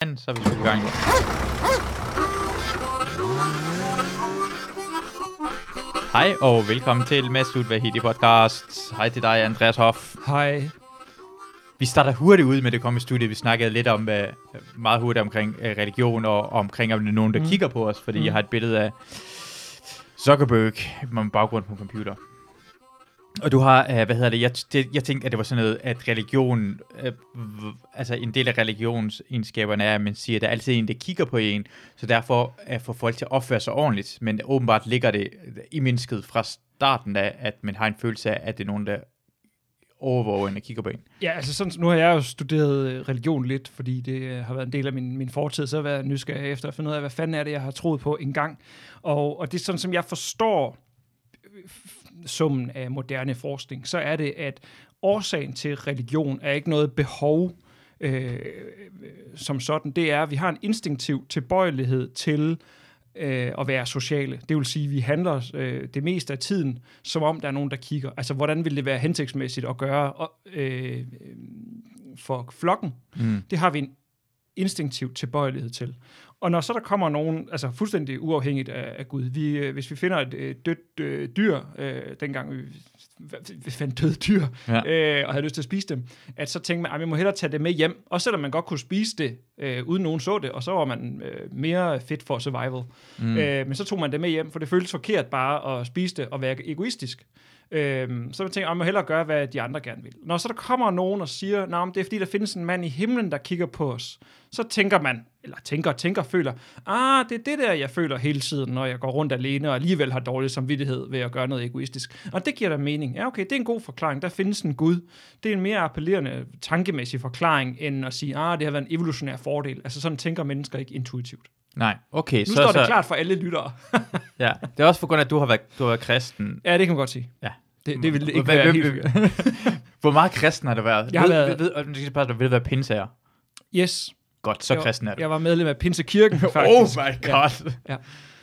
igen, så er vi sgu i gang. Hej og velkommen til Masud Vahidi podcast. Hej til dig, Andreas Hoff. Hej. Vi starter hurtigt ud med det komme i studiet. Vi snakkede lidt om, meget hurtigt omkring religion og omkring, om det er nogen, der kigger på os, fordi jeg har et billede af Zuckerberg med baggrund på computer. Og du har, jeg tænkte, at det var sådan noget, at religion, altså en del af religionsegenskaberne er, at man siger, at der er altid en, der kigger på en, så derfor får folk til at opføre sig ordentligt, men åbenbart ligger det i mennesket fra starten af, at man har en følelse af, at det er nogen, der overvåger en og kigger på en. Ja, altså sådan, nu har jeg jo studeret religion lidt, fordi det har været en del af min fortid, så har jeg været nysgerrig efter at finde ud af, hvad fanden er det, jeg har troet på engang. Og det er sådan, som jeg forstår summen af moderne forskning, så er det, at årsagen til religion er ikke noget behov som sådan. Det er, at vi har en instinktiv tilbøjelighed til at være sociale. Det vil sige, at vi handler det meste af tiden, som om der er nogen, der kigger. Altså, hvordan vil det være hensigtsmæssigt at gøre for flokken? Det har vi en instinktiv tilbøjelighed til. Og når så der kommer nogen, altså fuldstændig uafhængigt af Gud, hvis vi finder et dødt dyr, dengang vi fandt døde dyr, og havde lyst til at spise dem, at så tænkte man, at man må hellere tage det med hjem, også selvom man godt kunne spise det, uden nogen så det, og så var man mere fit for survival. Men så tog man det med hjem, for det føltes forkert bare at spise det og være egoistisk. Så man tænker, at man må hellere gøre, hvad de andre gerne vil. Når så der kommer nogen og siger, nej, det er fordi, der findes en mand i himlen, der kigger på os, så tænker man, eller føler, det er det der, jeg føler hele tiden, når jeg går rundt alene, og alligevel har dårlig samvittighed ved at gøre noget egoistisk. Og det giver da mening. Ja, okay, det er en god forklaring. Der findes en Gud. Det er en mere appellerende, tankemæssig forklaring, end at sige, det har været en evolutionær fordel. Altså sådan tænker mennesker ikke intuitivt. Nej, okay. Nu står det klart for alle lyttere. Ja, det er også på grund af, at du har været kristen. Ja, det kan man godt sige. Ja. Det vil ikke være helt. Hvor meget kristen har det været? Jeg har været... Vil det være pinseher? Yes. Godt, så kristen er du. Jeg var medlem af Pinsekirken, faktisk. Oh my god. Ja.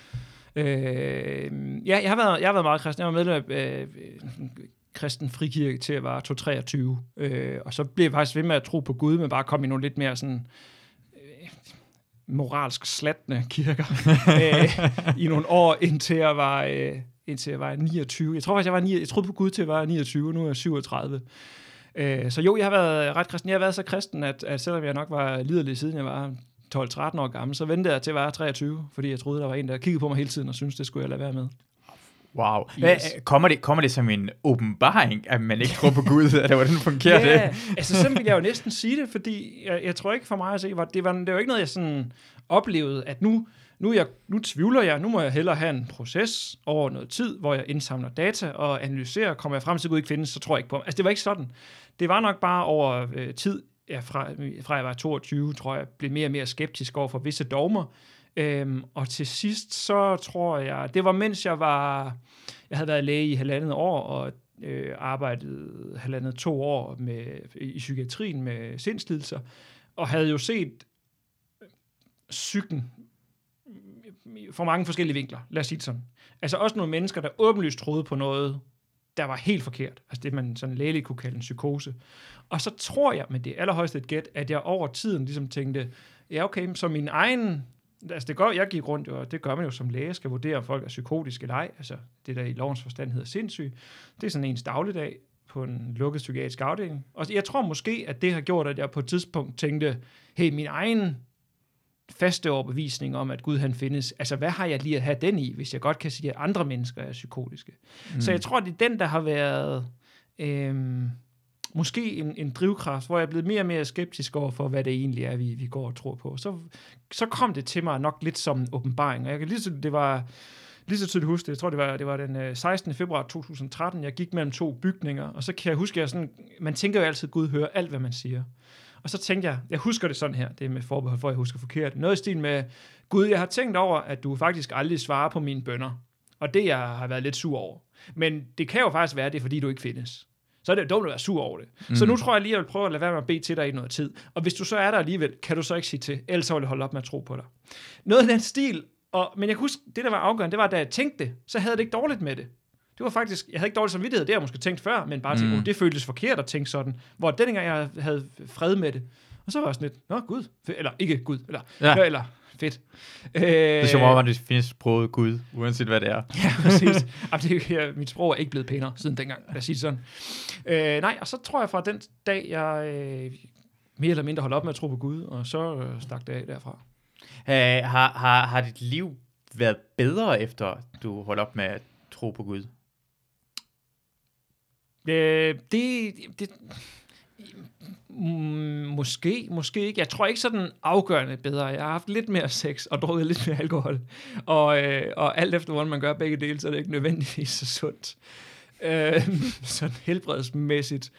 Jeg har været meget kristen. Jeg var medlem af kristen frikirke til jeg var 23. Og så blev jeg faktisk ved med at tro på Gud, men bare kom i nogle lidt mere sådan moralsk slatne kirker i nogle år, indtil jeg var 29. Jeg tror faktisk, jeg troede på Gud til jeg var 29, nu er jeg 37. Så jo, jeg har været ret kristen. Jeg har været så kristen, at selvom jeg nok var liderlig siden jeg var 12-13 år gammel, så ventede jeg til at være 23, fordi jeg troede, der var en, der kiggede på mig hele tiden og syntes, det skulle jeg lade være med. Wow. Yes. Kommer det som en åbenbaring, at man ikke tror på Gud, eller hvordan fungerer det? Ja, altså sådan vil jeg jo næsten sige det, fordi jeg tror ikke for mig at se, det var jo ikke noget, jeg sådan oplevede, at nu tvivler jeg, nu må jeg hellere have en proces over noget tid, hvor jeg indsamler data og analyserer, kommer jeg frem til, at Gud ikke findes, så tror jeg ikke på. Altså det var ikke sådan. Det var nok bare over tid, fra jeg var 22, tror jeg, blev mere og mere skeptisk over for visse dogmer. Og til sidst, så tror jeg, det var mens jeg havde været læge i 1,5 år, og arbejdede 1,5-2 år i psykiatrien med sindslidelser, og havde jo set psyken fra mange forskellige vinkler, lad os sige det sådan. Altså også nogle mennesker, der åbenlyst troede på noget, der var helt forkert. Altså det, man sådan lægeligt kunne kalde en psykose. Og så tror jeg, med det allerhøjeste et gæt, at jeg over tiden ligesom tænkte, ja okay, så min egen... Altså jeg gik rundt, og det gør man jo som læge, skal vurdere, om folk er psykotiske eller ej. Altså det, der i lovens forstand hedder sindssyg. Det er sådan ens dagligdag på en lukket psykiatrisk afdeling. Og jeg tror måske, at det har gjort, at jeg på et tidspunkt tænkte, hey, min egen faste overbevisning om, at Gud han findes, altså hvad har jeg lige at have den i, hvis jeg godt kan sige, at andre mennesker er psykotiske. Så jeg tror, det er den, der har været måske en drivkraft, hvor jeg er blevet mere og mere skeptisk over for, hvad det egentlig er, vi går og tror på. Så kom det til mig nok lidt som en åbenbaring, og jeg kan lige så tydeligt huske det. Jeg tror, det var den 16. februar 2013, jeg gik mellem 2 bygninger, og så kan jeg huske, man tænker jo altid, at Gud hører alt, hvad man siger. Og så tænkte jeg husker det sådan her, det er med forbehold for, at jeg husker forkert. Noget i stil med, Gud, jeg har tænkt over, at du faktisk aldrig svarer på mine bønner. Og det, jeg har været lidt sur over. Men det kan jo faktisk være, det er, fordi du ikke findes. Så er det dumt at være sur over det. Så nu tror jeg lige, at jeg vil prøve at lade være med at bede til dig i noget tid. Og hvis du så er der alligevel, kan du så ikke sige til, ellers vil jeg holde op med at tro på dig. Noget af den stil, men jeg kan huske, det der var afgørende, det var, da jeg tænkte det, så havde jeg det ikke dårligt med det. Det var faktisk, jeg havde ikke dårlig samvittighed, det har jeg måske tænkt før, men bare tænkte, det føltes forkert at tænke sådan. Hvor den gang jeg havde fred med det. Og så var jeg sådan lidt, nå, Gud, eller ikke Gud, eller fedt. Det er som om, at det findes sproget Gud, uanset hvad det er. Ja, præcis. Mit sprog er ikke blevet pænere siden dengang, lad os sige det sådan. Nej, og så tror jeg fra den dag, jeg mere eller mindre holdt op med at tro på Gud, og så stak det af derfra. Har dit liv været bedre, efter du holdt op med at tro på Gud? Måske ikke. Jeg tror ikke sådan afgørende bedre. Jeg har haft lidt mere sex og drukket lidt mere alkohol. Og alt efter, hvordan man gør begge dele, så er det ikke nødvendigvis så sundt. Sådan helbredsmæssigt.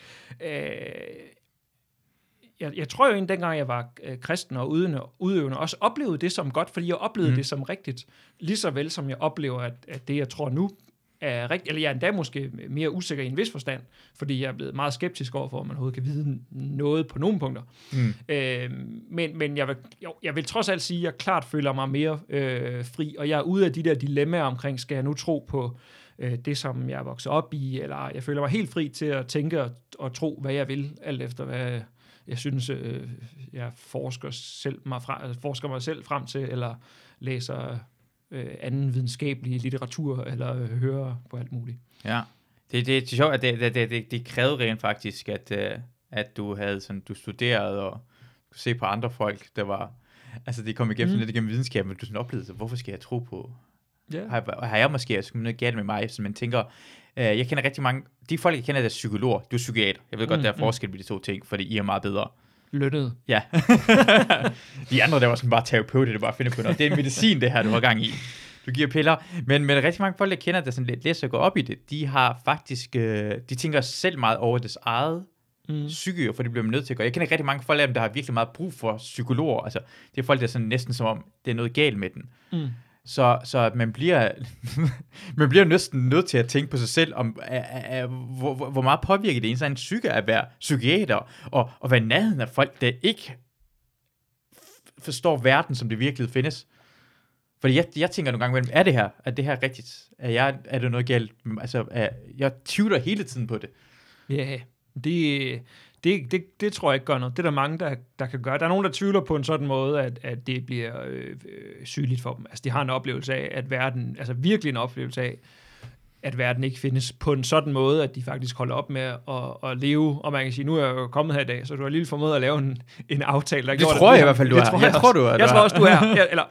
Jeg tror jo egentlig, dengang jeg var kristen og udøvende, også oplevede det som godt, fordi jeg oplevede det som rigtigt. Lige så vel som jeg oplever, at det, jeg tror nu, er rigtigt, eller jeg er endda måske mere usikker i en vis forstand, fordi jeg er blevet meget skeptisk overfor, om man overhovedet kan vide noget på nogle punkter. Men jeg vil trods alt sige, at jeg klart føler mig mere fri, og jeg er ude af de der dilemmaer omkring, skal jeg nu tro på det, som jeg er vokset op i, eller jeg føler mig helt fri til at tænke og tro, hvad jeg vil, alt efter hvad jeg synes, jeg forsker mig selv frem til, eller læser anden videnskabelig litteratur, eller hører på alt muligt. Ja, det er sjovt, at det krævede rent faktisk, at du havde sådan, du studerede og kunne se på andre folk, der var, altså det kom igennem lidt igennem videnskab, men du sådan oplevede sig, hvorfor skal jeg tro på? Yeah. Har jeg måske noget galt med mig, så man tænker, jeg kender rigtig mange, de folk, jeg kender, der er psykologer, du er psykiater, jeg ved godt, der er forskel på de to ting, fordi I er meget bedre. Lønnet. Ja. De andre, der var sådan bare terapeuter, det bare finde på noget. Det er medicin, det her, du har gang i. Du giver piller. Men rigtig mange folk, der kender, der sådan lidt læser og går op i det, de har faktisk, de tænker selv meget over deres eget psyke, for de bliver nødt til at gøre. Jeg kender rigtig mange folk af dem, der har virkelig meget brug for psykologer. Altså, det er folk, der er sådan næsten som om, det er noget galt med den. Så man bliver næsten nødt til at tænke på sig selv, om hvor meget påvirker det ens egen psyke at være psykiater, og være nærheden af folk, der ikke forstår verden, som det virkelig findes. Fordi jeg tænker nogle gange, er det her rigtigt? Er det noget galt? Altså, jeg tvivler hele tiden på det. Ja, det tror jeg ikke gør noget. Det er der mange, der kan gøre. Der er nogen, der tvivler på en sådan måde, at det bliver sygeligt for dem. Altså, de har en oplevelse af, at verden, altså virkelig en oplevelse af, at verden ikke findes på en sådan måde, at de faktisk holder op med at leve. Og man kan sige, nu er jeg jo kommet her i dag, så du har lige formået at lave en aftale, der gjorde det. Det tror jeg i hvert fald, du har. Jeg tror også, du er.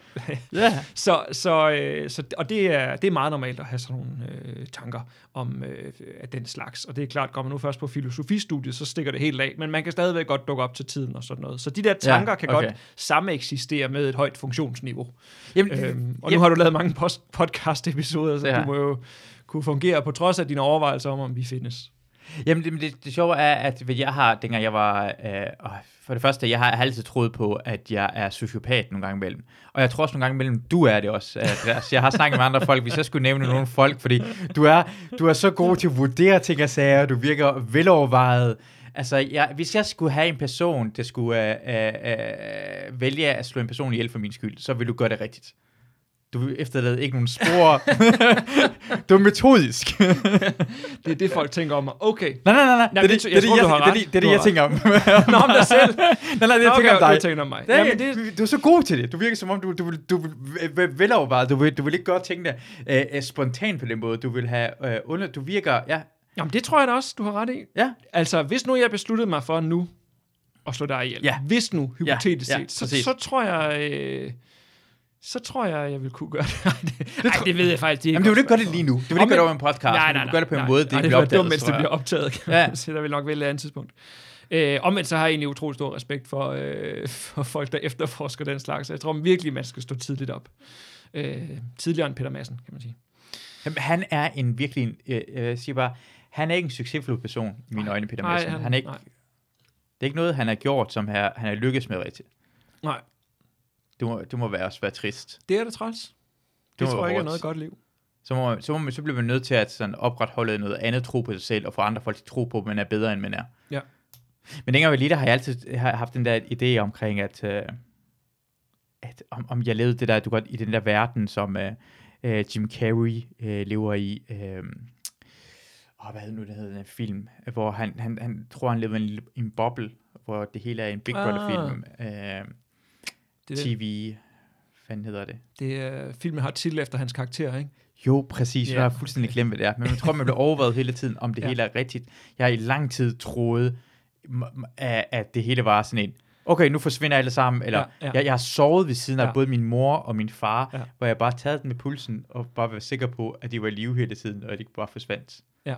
Og det er meget normalt at have sådan nogle tanker om af den slags. Og det er klart, kommer nu først på filosofistudiet, så stikker det helt af. Men man kan stadigvæk godt dukke op til tiden og sådan noget. Så de der tanker kan godt sameksistere med et højt funktionsniveau. Og nu har du lavet mange podcast-episoder, så du må jo kunne fungere på trods af dine overvejelser om vi findes. Jamen, det sjove er, at jeg har, dengang jeg var, for det første, jeg har altid troet på, at jeg er sociopat nogle gange imellem. Og jeg tror også nogle gange imellem, du er det også, Andreas. Jeg har snakket med andre folk, hvis jeg skulle nævne nogle folk, fordi du er så god til at vurdere ting og sager, du virker velovervejet. Altså, hvis jeg skulle have en person, der skulle vælge at slå en person ihjel for min skyld, så ville du gøre det rigtigt. Du efterlader ikke nogen spor. Du er metodisk. Det er det, folk tænker om mig. Okay. Nej. Det er det, jeg tænker om. Nå, om dig selv. Nej, det jeg tænker om dig. Du tænker om mig. Du er så god til det. Du virker som om, du vil velovervejet. Du vil ikke godt tænke dig spontant på den måde. Du vil have du virker, ja. Jamen, det tror jeg da også, du har ret i. Ja. Altså, hvis nu jeg besluttede mig for nu at slå dig ihjel. Ja. Hvis nu, hypotetisk set, så tror jeg... Så tror jeg vil kunne gøre det. Nej, det ved jeg faktisk ikke. Jamen, du vil ikke gøre det lige nu. Du vil ikke gøre det over en podcast. Nej. Du vil gøre det på en måde, det bliver optaget. Mens det bliver optaget. Ja. Så der vil nok vælge et andet tidspunkt. Omvendt så har jeg egentlig utrolig stor respekt for folk, der efterforsker den slags. Jeg tror virkelig, man skal stå tidligt op. Tidligere end Peter Madsen, kan man sige. Jamen, han er en virkelig, jeg siger bare, han er ikke en succesfuld person i mine øjne, Peter Madsen. Han er ikke, det er ikke noget, han har gjort, som han er lykkes med rigtigt. Nej. Det må også være trist. Det er det træls. Det tror jeg ikke er noget godt liv. Så bliver man nødt til at sådan opretholde noget andet tro på sig selv, og få andre folk til at tro på, at man er bedre, end man er. Ja. Men dengang jeg var lille, har jeg altid haft den der idé omkring, at om jeg levede det der, du godt i den der verden, som Jim Carrey lever i. hvad hed nu, det hedder en film, hvor han tror, han lever i en boble, hvor det hele er en Big Brother-film. TV, hvad hedder det? Det er filmen har titel efter hans karakter, ikke? Jo, præcis. Jeg har fuldstændig glemt, hvad det er. Men man tror, man bliver overvejet hele tiden, om det hele er rigtigt. Jeg har i lang tid troet, at det hele var sådan en, okay, nu forsvinder alle sammen, eller jeg har sovet ved siden af både min mor og min far, hvor jeg bare taget den med pulsen, og bare var sikker på, at de var i live hele tiden, og at de ikke bare forsvandt. Ja.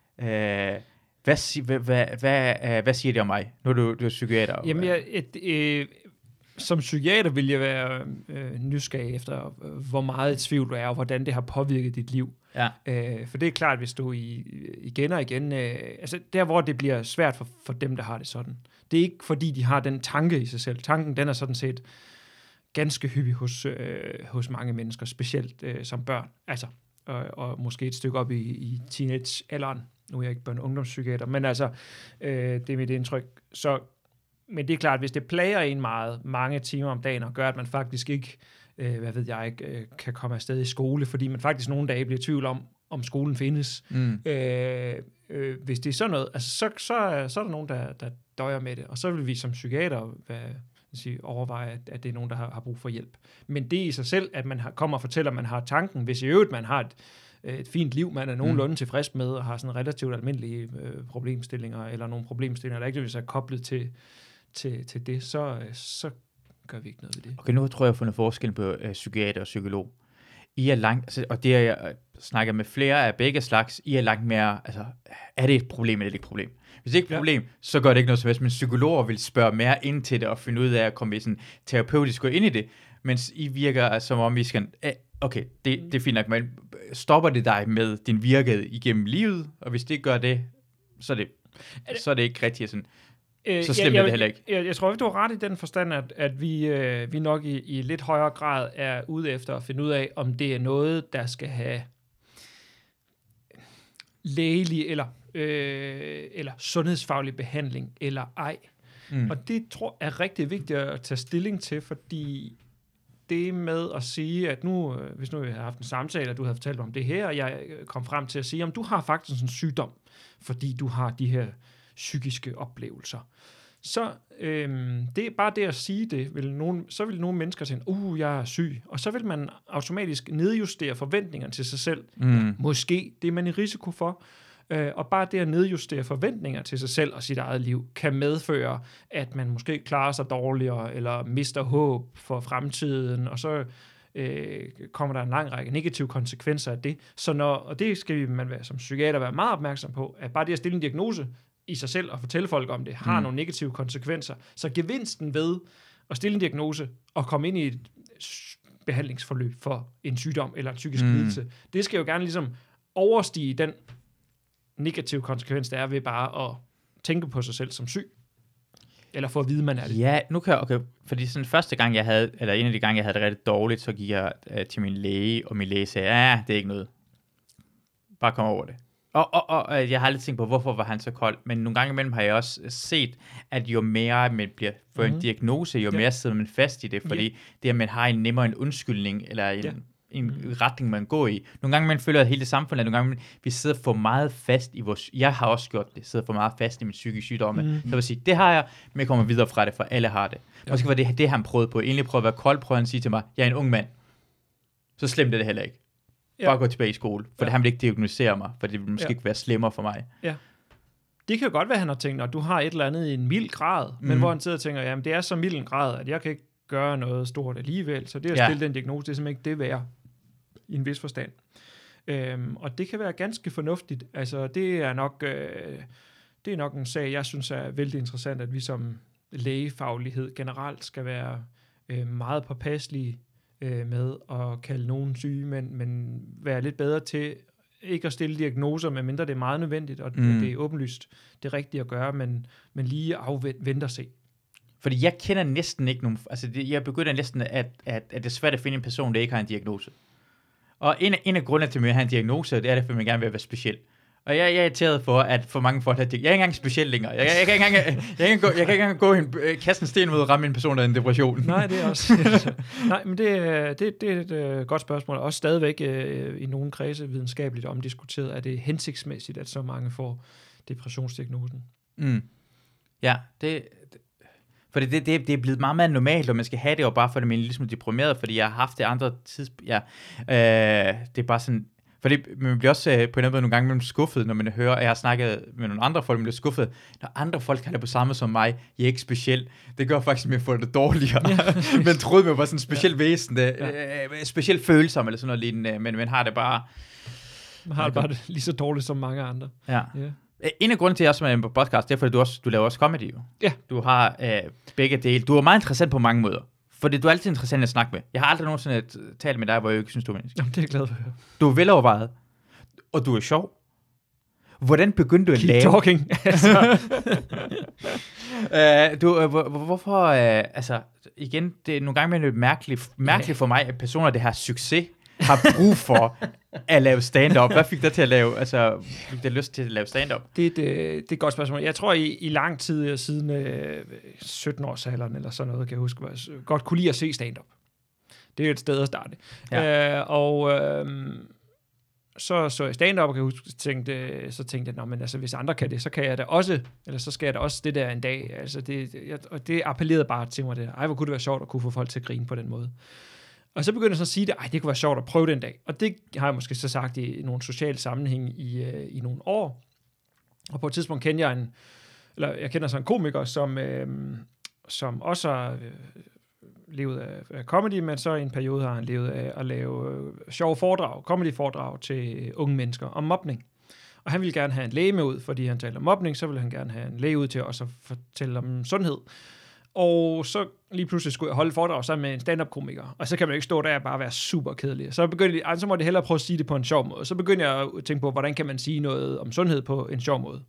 Hvad siger det om mig, når du er psykiater? Jamen, som psykiater vil jeg være nysgerrig efter, hvor meget i tvivl du er, og hvordan det har påvirket dit liv. Ja. For det er klart, hvis du igen og igen, altså der, hvor det bliver svært for dem, der har det sådan. Det er ikke, fordi de har den tanke i sig selv. Tanken, den er sådan set ganske hyppig hos mange mennesker, specielt som børn. Altså, og måske et stykke op i teenage-alderen. Nu er jeg ikke børn- og ungdomspsykiater, men altså, det er mit indtryk. Men det er klart, hvis det plager en meget, mange timer om dagen, og gør, at man faktisk ikke, kan komme afsted i skole, fordi man faktisk nogle dage bliver i tvivl om skolen findes. Hvis det er sådan noget, altså, så er der nogen, der døjer med det, og så vil vi som psykiater overveje, at det er nogen, der har brug for hjælp. Men det i sig selv, at man kommer og fortæller, at man har tanken, hvis i øvrigt man har et fint liv, man er nogenlunde tilfreds med, og har sådan relativt almindelige problemstillinger, eller nogle problemstillinger, der ikke vil være koblet til det, så gør vi ikke noget ved det. Okay, nu tror jeg, jeg har fundet forskel på psykiater og psykolog. I er langt, altså, og det er jeg snakker med flere af begge slags, I er langt mere, altså, er det et problem, eller er det ikke et problem? Hvis det ikke er et problem, så gør det ikke noget som helst, men psykologer vil spørge mere ind til det, og finde ud af at komme i sådan terapeutisk gå ind i det, mens I virker som om, I skal, okay, det er fint nok, men stopper det dig med din virke igennem livet, og hvis det gør det, så er det ikke rigtigt sådan. Så slemt er det heller ikke. Jeg tror ikke, du har ret i den forstand, at vi nok i lidt højere grad er ude efter at finde ud af, om det er noget, der skal have lægelig eller sundhedsfaglig behandling eller ej. Og det tror jeg er rigtig vigtigt at tage stilling til, fordi det med at sige, at nu, hvis nu jeg har haft en samtale, og du havde fortalt om det her, og jeg kom frem til at sige, om du har faktisk en sygdom, fordi du har de her psykiske oplevelser. Så det er bare det at sige det, så vil nogle mennesker sige, jeg er syg, og så vil man automatisk nedjustere forventningerne til sig selv. Måske det er man i risiko for, og bare det at nedjustere forventninger til sig selv og sit eget liv, kan medføre, at man måske klarer sig dårligere, eller mister håb for fremtiden, og så kommer der en lang række negative konsekvenser af det. Og det skal man som psykiater være meget opmærksom på, at bare det at stille en diagnose i sig selv og fortælle folk om det, har nogle negative konsekvenser. Så gevinsten ved at stille en diagnose og komme ind i et behandlingsforløb for en sygdom eller en psykisk lidelse, det skal jo gerne ligesom overstige den negative konsekvens, der er ved bare at tænke på sig selv som syg. Eller for at vide, man er det. Ja, nu kan jeg, okay, fordi sådan første gang, en af de gange, jeg havde det rigtig dårligt, så gik jeg til min læge, og min læge sagde, det er ikke noget. Bare kom over det. Og jeg har lidt tænkt på, hvorfor var han så kold, men nogle gange imellem har jeg også set, at jo mere man bliver for en diagnose, jo mere sidder man fast i det, fordi det, at man har en nemmere en undskyldning, eller en retning, man går i. Nogle gange man føler, at hele samfundet, nogle gange vi sidder for meget fast i vores, jeg har også gjort det, sidder for meget fast i min psykiske sygdomme, så vil sige, det har jeg, men jeg kommer videre fra det, for alle har det. Måske var det han prøvede på, egentlig prøvede at være kold, prøvede han at sige til mig, jeg er en ung mand. Så slemt er det heller ikke. Bare gå tilbage i skole, for han vil ikke diagnosere mig, for det vil måske ikke være slemmere for mig. Ja. Det kan jo godt være, han har tænkt, at du har et eller andet i en mild grad, men hvor han sidder og tænker, jamen det er så mild en grad, at jeg kan ikke gøre noget stort alligevel, så det at stille den diagnose, det er simpelthen ikke det værd i en vis forstand. Og det kan være ganske fornuftigt. Altså det er nok en sag, jeg synes er vældig interessant, at vi som lægefaglighed generelt skal være meget påpasselige med at kalde nogen syge, men være lidt bedre til ikke at stille diagnoser, medmindre det er meget nødvendigt, og det er åbenlyst det rigtige at gøre, men lige afvente og se. Fordi jeg kender næsten ikke nogen, altså jeg begynder næsten, at det er svært at finde en person, der ikke har en diagnose. Og en af grundene til, at man har en diagnose, det er, at man gerne vil være speciel. Og jeg er irriteret for, at for mange folk har det. Jeg er ikke engang speciel længere. Jeg kan ikke engang gå kaste en sten mod at ramme en person, der er en depression. Nej, det er også... Nej, men det er et godt spørgsmål. Også stadigvæk i nogle kredse videnskabeligt omdiskuteret, er det hensigtsmæssigt, at så mange får depressionsdiagnosen. Ja, for det er blevet meget mere normalt, og man skal have det, og bare for det, man er ligesom deprimeret, fordi jeg har haft det andre tidspunkter. Det er bare sådan... Fordi man bliver også på en eller anden måde nogle gange skuffet, når man hører, at jeg har snakket med nogle andre folk, man bliver skuffet. Når andre folk har det på samme som mig, jeg er ikke speciel. Det gør faktisk, at jeg får det dårligere. Man troede, man var sådan en speciel væsen, specielt følsom eller sådan noget lignende, men man har det bare... Man har det bare lige så dårligt som mange andre. Ja. En af grunden til, at jeg også er med på podcast, det er, fordi du laver også comedy jo. Ja. Du har begge dele. Du er meget interessant på mange måder. Fordi du er altid interessant at snakke med. Jeg har aldrig nogensinde talt med dig, hvor jeg ikke synes, du er menneske. Jamen, det er jeg glad for at høre. Du er velovervejet, og du er sjov. Hvordan begyndte du at lave... Keep talking. Hvorfor... igen, det er nogle gange med mærkeligt for mig, at personer, der har succes, har brug for at lave stand-up. Hvad fik dig til at lave, fik dig lyst til at lave stand-up? Det er et godt spørgsmål. Jeg tror, i lang tid siden 17-årsalderen eller sådan noget, kan jeg huske, jeg godt kunne lide at se stand-up. Det er jo et sted at starte. Ja. Så jeg stand-up, og kan jeg huske, så tænkte jeg, men hvis andre kan det, så kan jeg det også, eller så skal jeg da også det der en dag. Altså det appellerede bare til mig. Hvor kunne det være sjovt at kunne få folk til at grine på den måde. Og så begyndte jeg så at sige det kunne være sjovt at prøve den dag. Og det har jeg måske så sagt i nogle sociale sammenhæng i nogle år. Og på et tidspunkt kender jeg kender så en komiker, som også har levet af comedy, men så i en periode har han levet af at lave sjove foredrag, comedy-foredrag til unge mennesker om mobning. Og han ville gerne have en læge med ud, fordi han taler om mobning, så ville han gerne have en læge ud til også at fortælle om sundhed. Og så lige pludselig skulle jeg holde foredrag sammen med en stand-up-komiker. Og så kan man jo ikke stå der og bare være super kedelig. Så må jeg hellere prøve at sige det på en sjov måde. Så begyndte jeg at tænke på, hvordan kan man sige noget om sundhed på en sjov måde.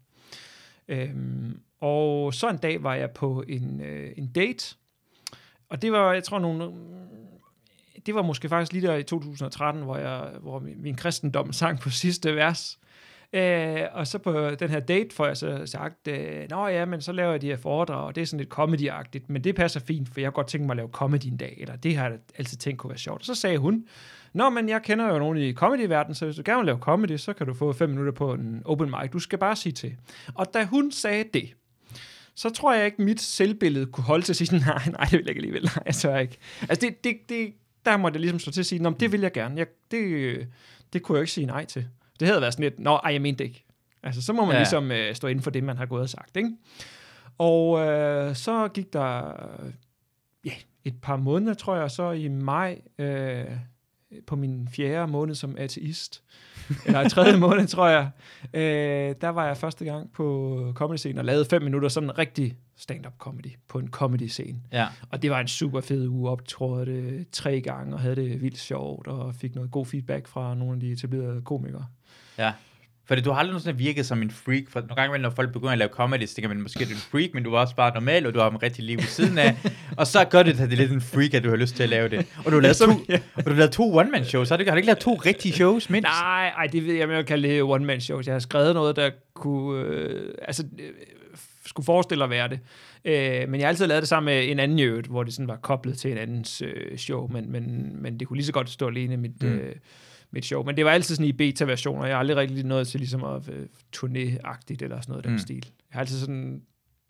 Og så en dag var jeg på en date. Og det var, jeg tror, det var måske faktisk lige der i 2013, hvor min kristendom sang på sidste vers. Og så på den her date får jeg så sagt, men så laver jeg de her foredrag, og det er sådan lidt comedy-agtigt, men det passer fint, for jeg har godt tænkt mig at lave comedy en dag, eller det har jeg altid tænkt kunne være sjovt. Og så sagde hun, men jeg kender jo nogen i comedy-verdenen, så hvis du gerne vil lave comedy, så kan du få 5 minutter på en open mic. Du skal bare sige til. Og da hun sagde det, så tror jeg ikke, mit selvbillede kunne holde til at sige, nej, det vil jeg ikke alligevel. Nej, jeg tør ikke. Altså, der måtte jeg ligesom stå til at sige, det vil jeg gerne. Det kunne jeg ikke sige nej til. Det havde været sådan lidt, jeg mente det ikke. Altså, så må man ligesom stå inden for det, man har gået og sagt, ikke? Og så gik der et par måneder, tror jeg, så i maj, på min 4. måned som ateist, eller 3. måned, tror jeg, der var jeg første gang på comedy-scenen og lavede 5 minutter sådan en rigtig stand-up comedy på en comedy-scene. Ja. Og det var en super fed uge, optrådte det 3 gange og havde det vildt sjovt og fik noget god feedback fra nogle af de etablerede komikere. Ja. Fordi du har aldrig nogensinde virket som en freak, for nogle gange, når folk begynder at lave comedy, så tænker man måske, at du er en freak, men du var også bare normal, og du har en rigtig liv ved siden af, og så gør det, at det er lidt en freak, at du har lyst til at lave det. Og du har lavet 2 one-man-shows, har du ikke lavet 2 rigtige shows mindst? Nej, det ved jeg, jeg vil kalde det one-man-shows. Jeg har skrevet noget, der kunne, skulle forestille at være det. Men jeg har altid lavet det sammen med en anden jød, hvor det sådan var koblet til en andens show, men det kunne lige så godt stå alene mit show. Men det var altid sådan i beta-versioner. Jeg har aldrig rigtig nået til ligesom at turné-agtigt eller sådan noget den stil. Jeg har altid sådan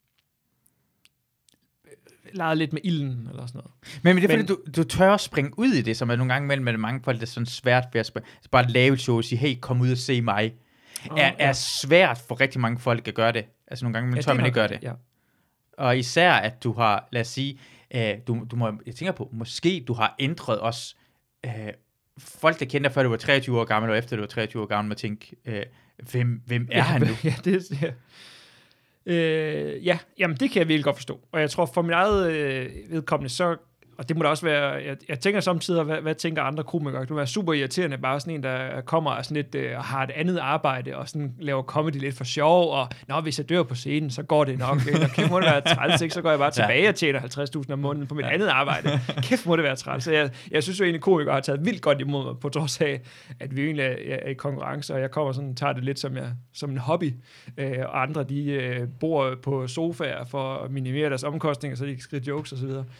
leget lidt med ilden eller sådan noget. Men det er fordi, du tør at springe ud i det, som er nogle gange mellem mange folk, det er sådan svært ved at springe. Bare at lave et show og sige, hey, kom ud og se mig. Er svært for rigtig mange folk at gøre det. Altså nogle gange tør man ikke gøre det. Ja. Og især, at du har, lad os sige, jeg tænker på, måske du har ændret også folk, der kender før du var 23 år gammel, og efter du var 23 år gammel, må tænke, hvem er han nu? Ja, jamen det kan jeg virkelig godt forstå. Og jeg tror, for mit eget vedkommende, så og det må da også være, jeg tænker samtidig, hvad tænker andre komikere? Det må være super irriterende, bare sådan en, der kommer og sådan lidt, har et andet arbejde, og sådan laver comedy lidt for sjov, og hvis jeg dør på scenen, så går det nok. Ikke? Og kæft må det være træls, ikke? Så går jeg bare tilbage og tjener 50.000 om måneden på mit andet arbejde. Kæft må det være træls. Så jeg synes jo egentlig, komikere har taget vildt godt imod mig, på trods af, at vi egentlig er i konkurrence, og jeg kommer sådan, tager det lidt som en hobby, og andre, de bor på sofaer for at minimere deres omkostninger, så de kan skrive jokes og så videre.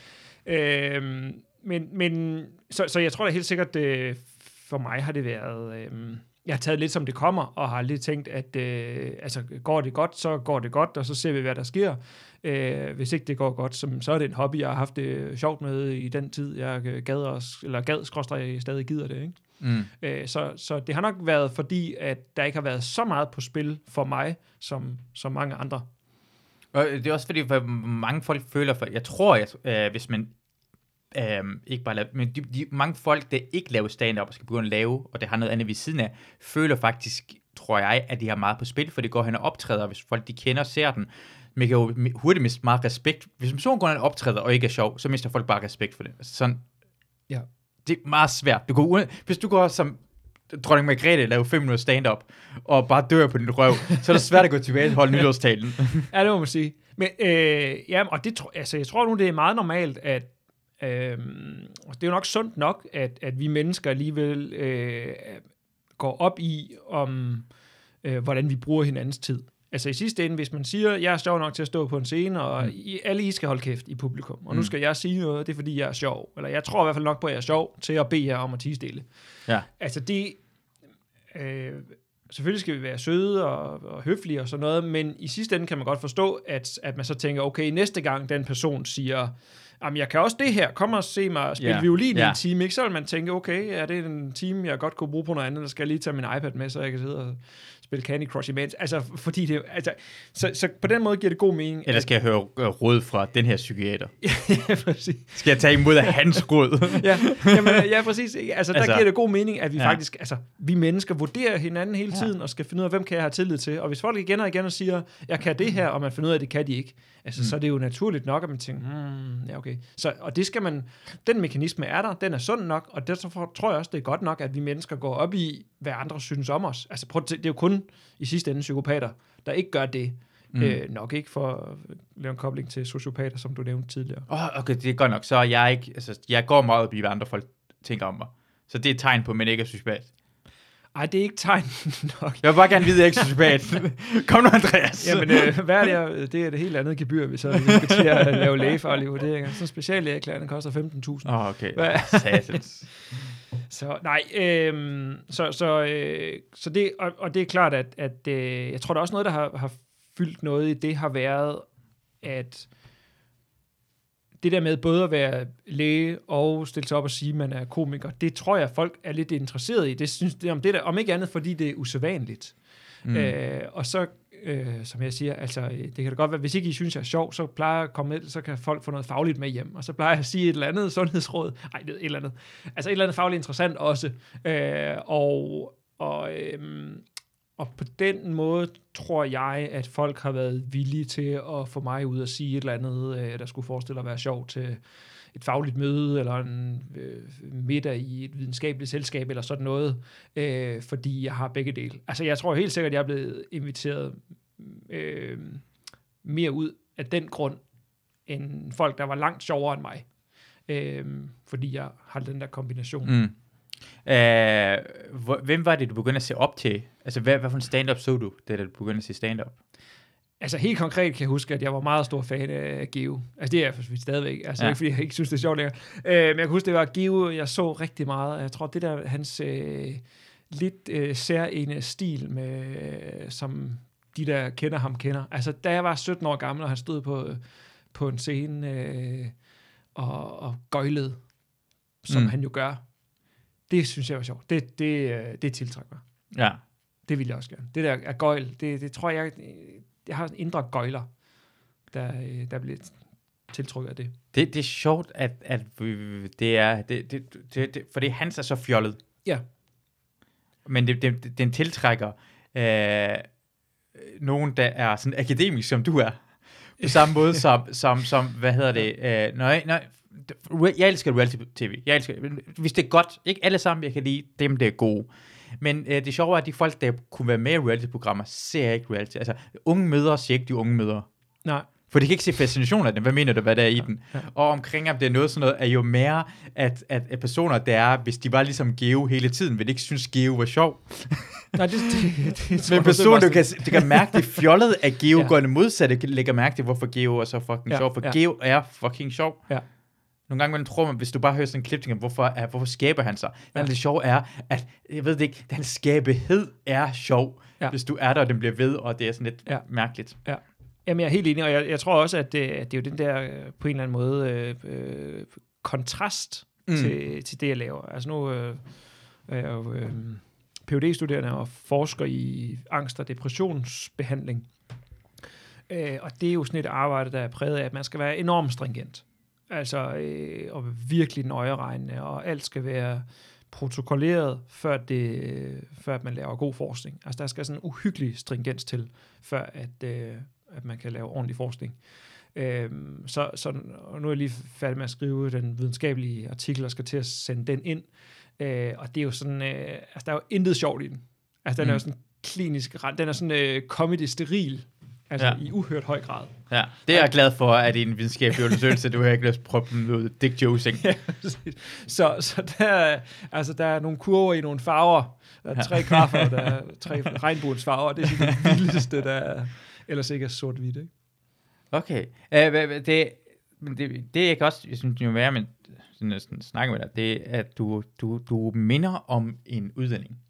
Så jeg tror da helt sikkert, for mig har det været, jeg har taget lidt som det kommer, og har lidt tænkt, at går det godt, så går det godt, og så ser vi, hvad der sker. Hvis ikke det går godt, så er det en hobby, jeg har haft det sjovt med i den tid, jeg gad, stadig gider det, ikke? Så det har nok været fordi, at der ikke har været så meget på spil for mig, som mange andre. Og det er også fordi, hvor mange folk føler, jeg tror, hvis man ikke bare laver, men mange folk, der ikke laver stand-up og skal begynde at lave, og det har noget andet ved siden af, føler faktisk, tror jeg, at de har meget på spil, for det går hen og optræder, hvis folk de kender og ser den. Man kan jo hurtigt miste meget respekt. Hvis en person går hen og optræder og ikke er sjov, så mister folk bare respekt for det. Altså sådan, ja. Det er meget svært. Hvis du går som dronning Margrethe laver 5 minutter stand-up, og bare dør på din røv, så er det svært at gå tilbage og holde nytårstalen. Ja, det må man sige. Men og jeg tror nu, det er meget normalt, at det er jo nok sundt nok, at vi mennesker alligevel går op i, hvordan vi bruger hinandens tid. Altså i sidste ende, hvis man siger, jeg er sjov nok til at stå på en scene, og alle I skal holde kæft i publikum, og nu skal jeg sige noget, det er fordi, jeg er sjov. Eller jeg tror i hvert fald nok på, at jeg er sjov til at bede jer om at tie stille. Ja. Altså det... selvfølgelig skal vi være søde og høflige og sådan noget, men i sidste ende kan man godt forstå, at man så tænker, okay, næste gang den person siger, jamen jeg kan også det her, kom og se mig spille violin i en time, ikke? Så vil man tænke, okay, er det en time, jeg godt kunne bruge på noget andet, eller skal jeg lige tage min iPad med, så jeg kan sidde og spille Candy Crush imens. Altså, fordi det, så på den måde giver det god mening. Eller skal jeg høre råd fra den her psykiater? Ja, præcis. Skal jeg tage imod af hans råd? ja, præcis. Altså, der giver det god mening, at vi faktisk, vi mennesker vurderer hinanden hele tiden, og skal finde ud af, hvem kan jeg have tillid til. Og hvis folk igen og igen og siger, jeg kan det her, og man finder ud af, at det kan de ikke, så er det jo naturligt nok, at man tænker, okay. Så, og det skal man, den mekanisme er der, den er sund nok, og derfor tror jeg også, det er godt nok, at vi mennesker går op i, hvad andre synes om os. Altså prøv, det er jo kun i sidste ende psykopater, der ikke gør det. Nok ikke for at lave en kobling til sociopater, som du nævnte tidligere. Okay, det er godt nok. Så er jeg ikke, jeg går meget op i, hvad andre folk tænker om mig. Så det er et tegn på, at man ikke er sociopat. Ej, det er ikke tegn nok. Jeg vil bare gerne vide, at jeg ikke er sociopat. Kom nu, Andreas. Jamen, hvad er det? Det er det helt andet gebyr, hvis vi skal til at lave lægefaglige vurderinger. Så en speciallægeerklæring koster 15.000. Okay. Satans. Så nej, så det, og det er klart, at jeg tror, der er også noget, der har fyldt noget i det, har været, at det der med både at være læge og stille sig op og sige, at man er komiker, det tror jeg, folk er lidt interesseret i. Det synes det er om ikke andet, fordi det er usædvanligt. Og så, som jeg siger, altså, det kan da godt være, hvis ikke I synes, jeg er sjov, så plejer jeg at komme med, så kan folk få noget fagligt med hjem, og så plejer jeg at sige et eller andet sundhedsråd, et eller andet, altså et eller andet fagligt interessant også, og på den måde tror jeg, at folk har været villige til at få mig ud og sige et eller andet, der skulle forestille at være sjov til et fagligt møde, eller en middag i et videnskabeligt selskab, eller sådan noget, fordi jeg har begge dele. Altså jeg tror helt sikkert, at jeg er blevet inviteret mere ud af den grund, end folk, der var langt sjovere end mig. Fordi jeg har den der kombination. Hvem var det, du begyndte at se op til? Altså, hvad for en stand-up så du, da du begyndte at se stand-up? Altså, helt konkret kan jeg huske, at jeg var meget stor fan af Geo. Altså, det er jeg stadigvæk. Altså, ikke fordi jeg ikke synes, det er sjovt længere. Men jeg kan huske, det var Geo, jeg så rigtig meget. Jeg tror, det der, hans lidt særlige stil, med, som de, der kender ham, kender. Altså, da jeg var 17 år gammel, og han stod på en scene og gøjlede, som han jo gør. Det synes jeg var sjovt. Det tiltrækker mig. Ja. Det vil jeg også gerne. Det der er gøjl, det tror jeg har en indre gøjler, der bliver tiltrukket af det. Det er sjovt, at det er, fordi hans er så fjollet. Ja. Men den tiltrækker nogen, der er sådan akademisk, som du er. På samme måde som hvad hedder det? Jeg elsker reality-tv. Hvis det er godt, ikke alle sammen, jeg kan lide dem, der er gode. Men det sjove er, at de folk, der kunne være med i reality-programmer, ser ikke reality. Altså, unge mødre ser ikke de unge mødre. Nej. For de kan ikke se fascination af dem. Hvad mener du, hvad der er i den? Ja. Og omkring, om det er noget sådan noget, er jo mere, at personer, der er, hvis de var ligesom Geo hele tiden, vil ikke synes, Geo var sjov. Nej, det men personer, du kan mærke det fjollet af Geo går det modsatte, lægger mærke til, hvorfor Geo er så fucking sjov. For Geo er fucking sjov. Ja. Nogle gange, man tror man, hvis du bare hører sådan en klip, hvorfor skaber han sig? Ja. Det sjove er, at, jeg ved det ikke, den skabethed er sjov, hvis du er der, og den bliver ved, og det er sådan lidt mærkeligt. Ja. Jamen, jeg er helt enig, og jeg tror også, at det er jo den der, på en eller anden måde, kontrast til det, jeg laver. Altså nu er jeg jo Ph.D.-studerende og forsker i angst- og depressionsbehandling. Og det er jo sådan et arbejde, der er præget af, at man skal være enormt stringent. Altså, og virkelig nøjeregnende, og alt skal være protokolleret, før at man laver god forskning. Altså, der skal sådan en uhyggelig stringens til, før at man kan lave ordentlig forskning. Og nu er jeg lige færdig med at skrive den videnskabelige artikel, og skal til at sende den ind. Og det er jo sådan, altså, der er jo intet sjovt i den. Altså, den er jo sådan klinisk, den er sådan comedy-steril. Altså i uhørt høj grad. Ja, det er jeg glad for, at i en videnskabelig undersøgelse, du har ikke lyst proppe ud dick jokesing. Ja, så der er nogle kurver i nogle farver. Der er 3 grafer, der er 3 regnbuens farver. Det er sådan det vildeste, der ellers ikke er sort-hvidt, ikke? Okay. Det jeg kan også, jeg synes jo mere, men sådan snakke med dig, det er, at du minder om en udlænding.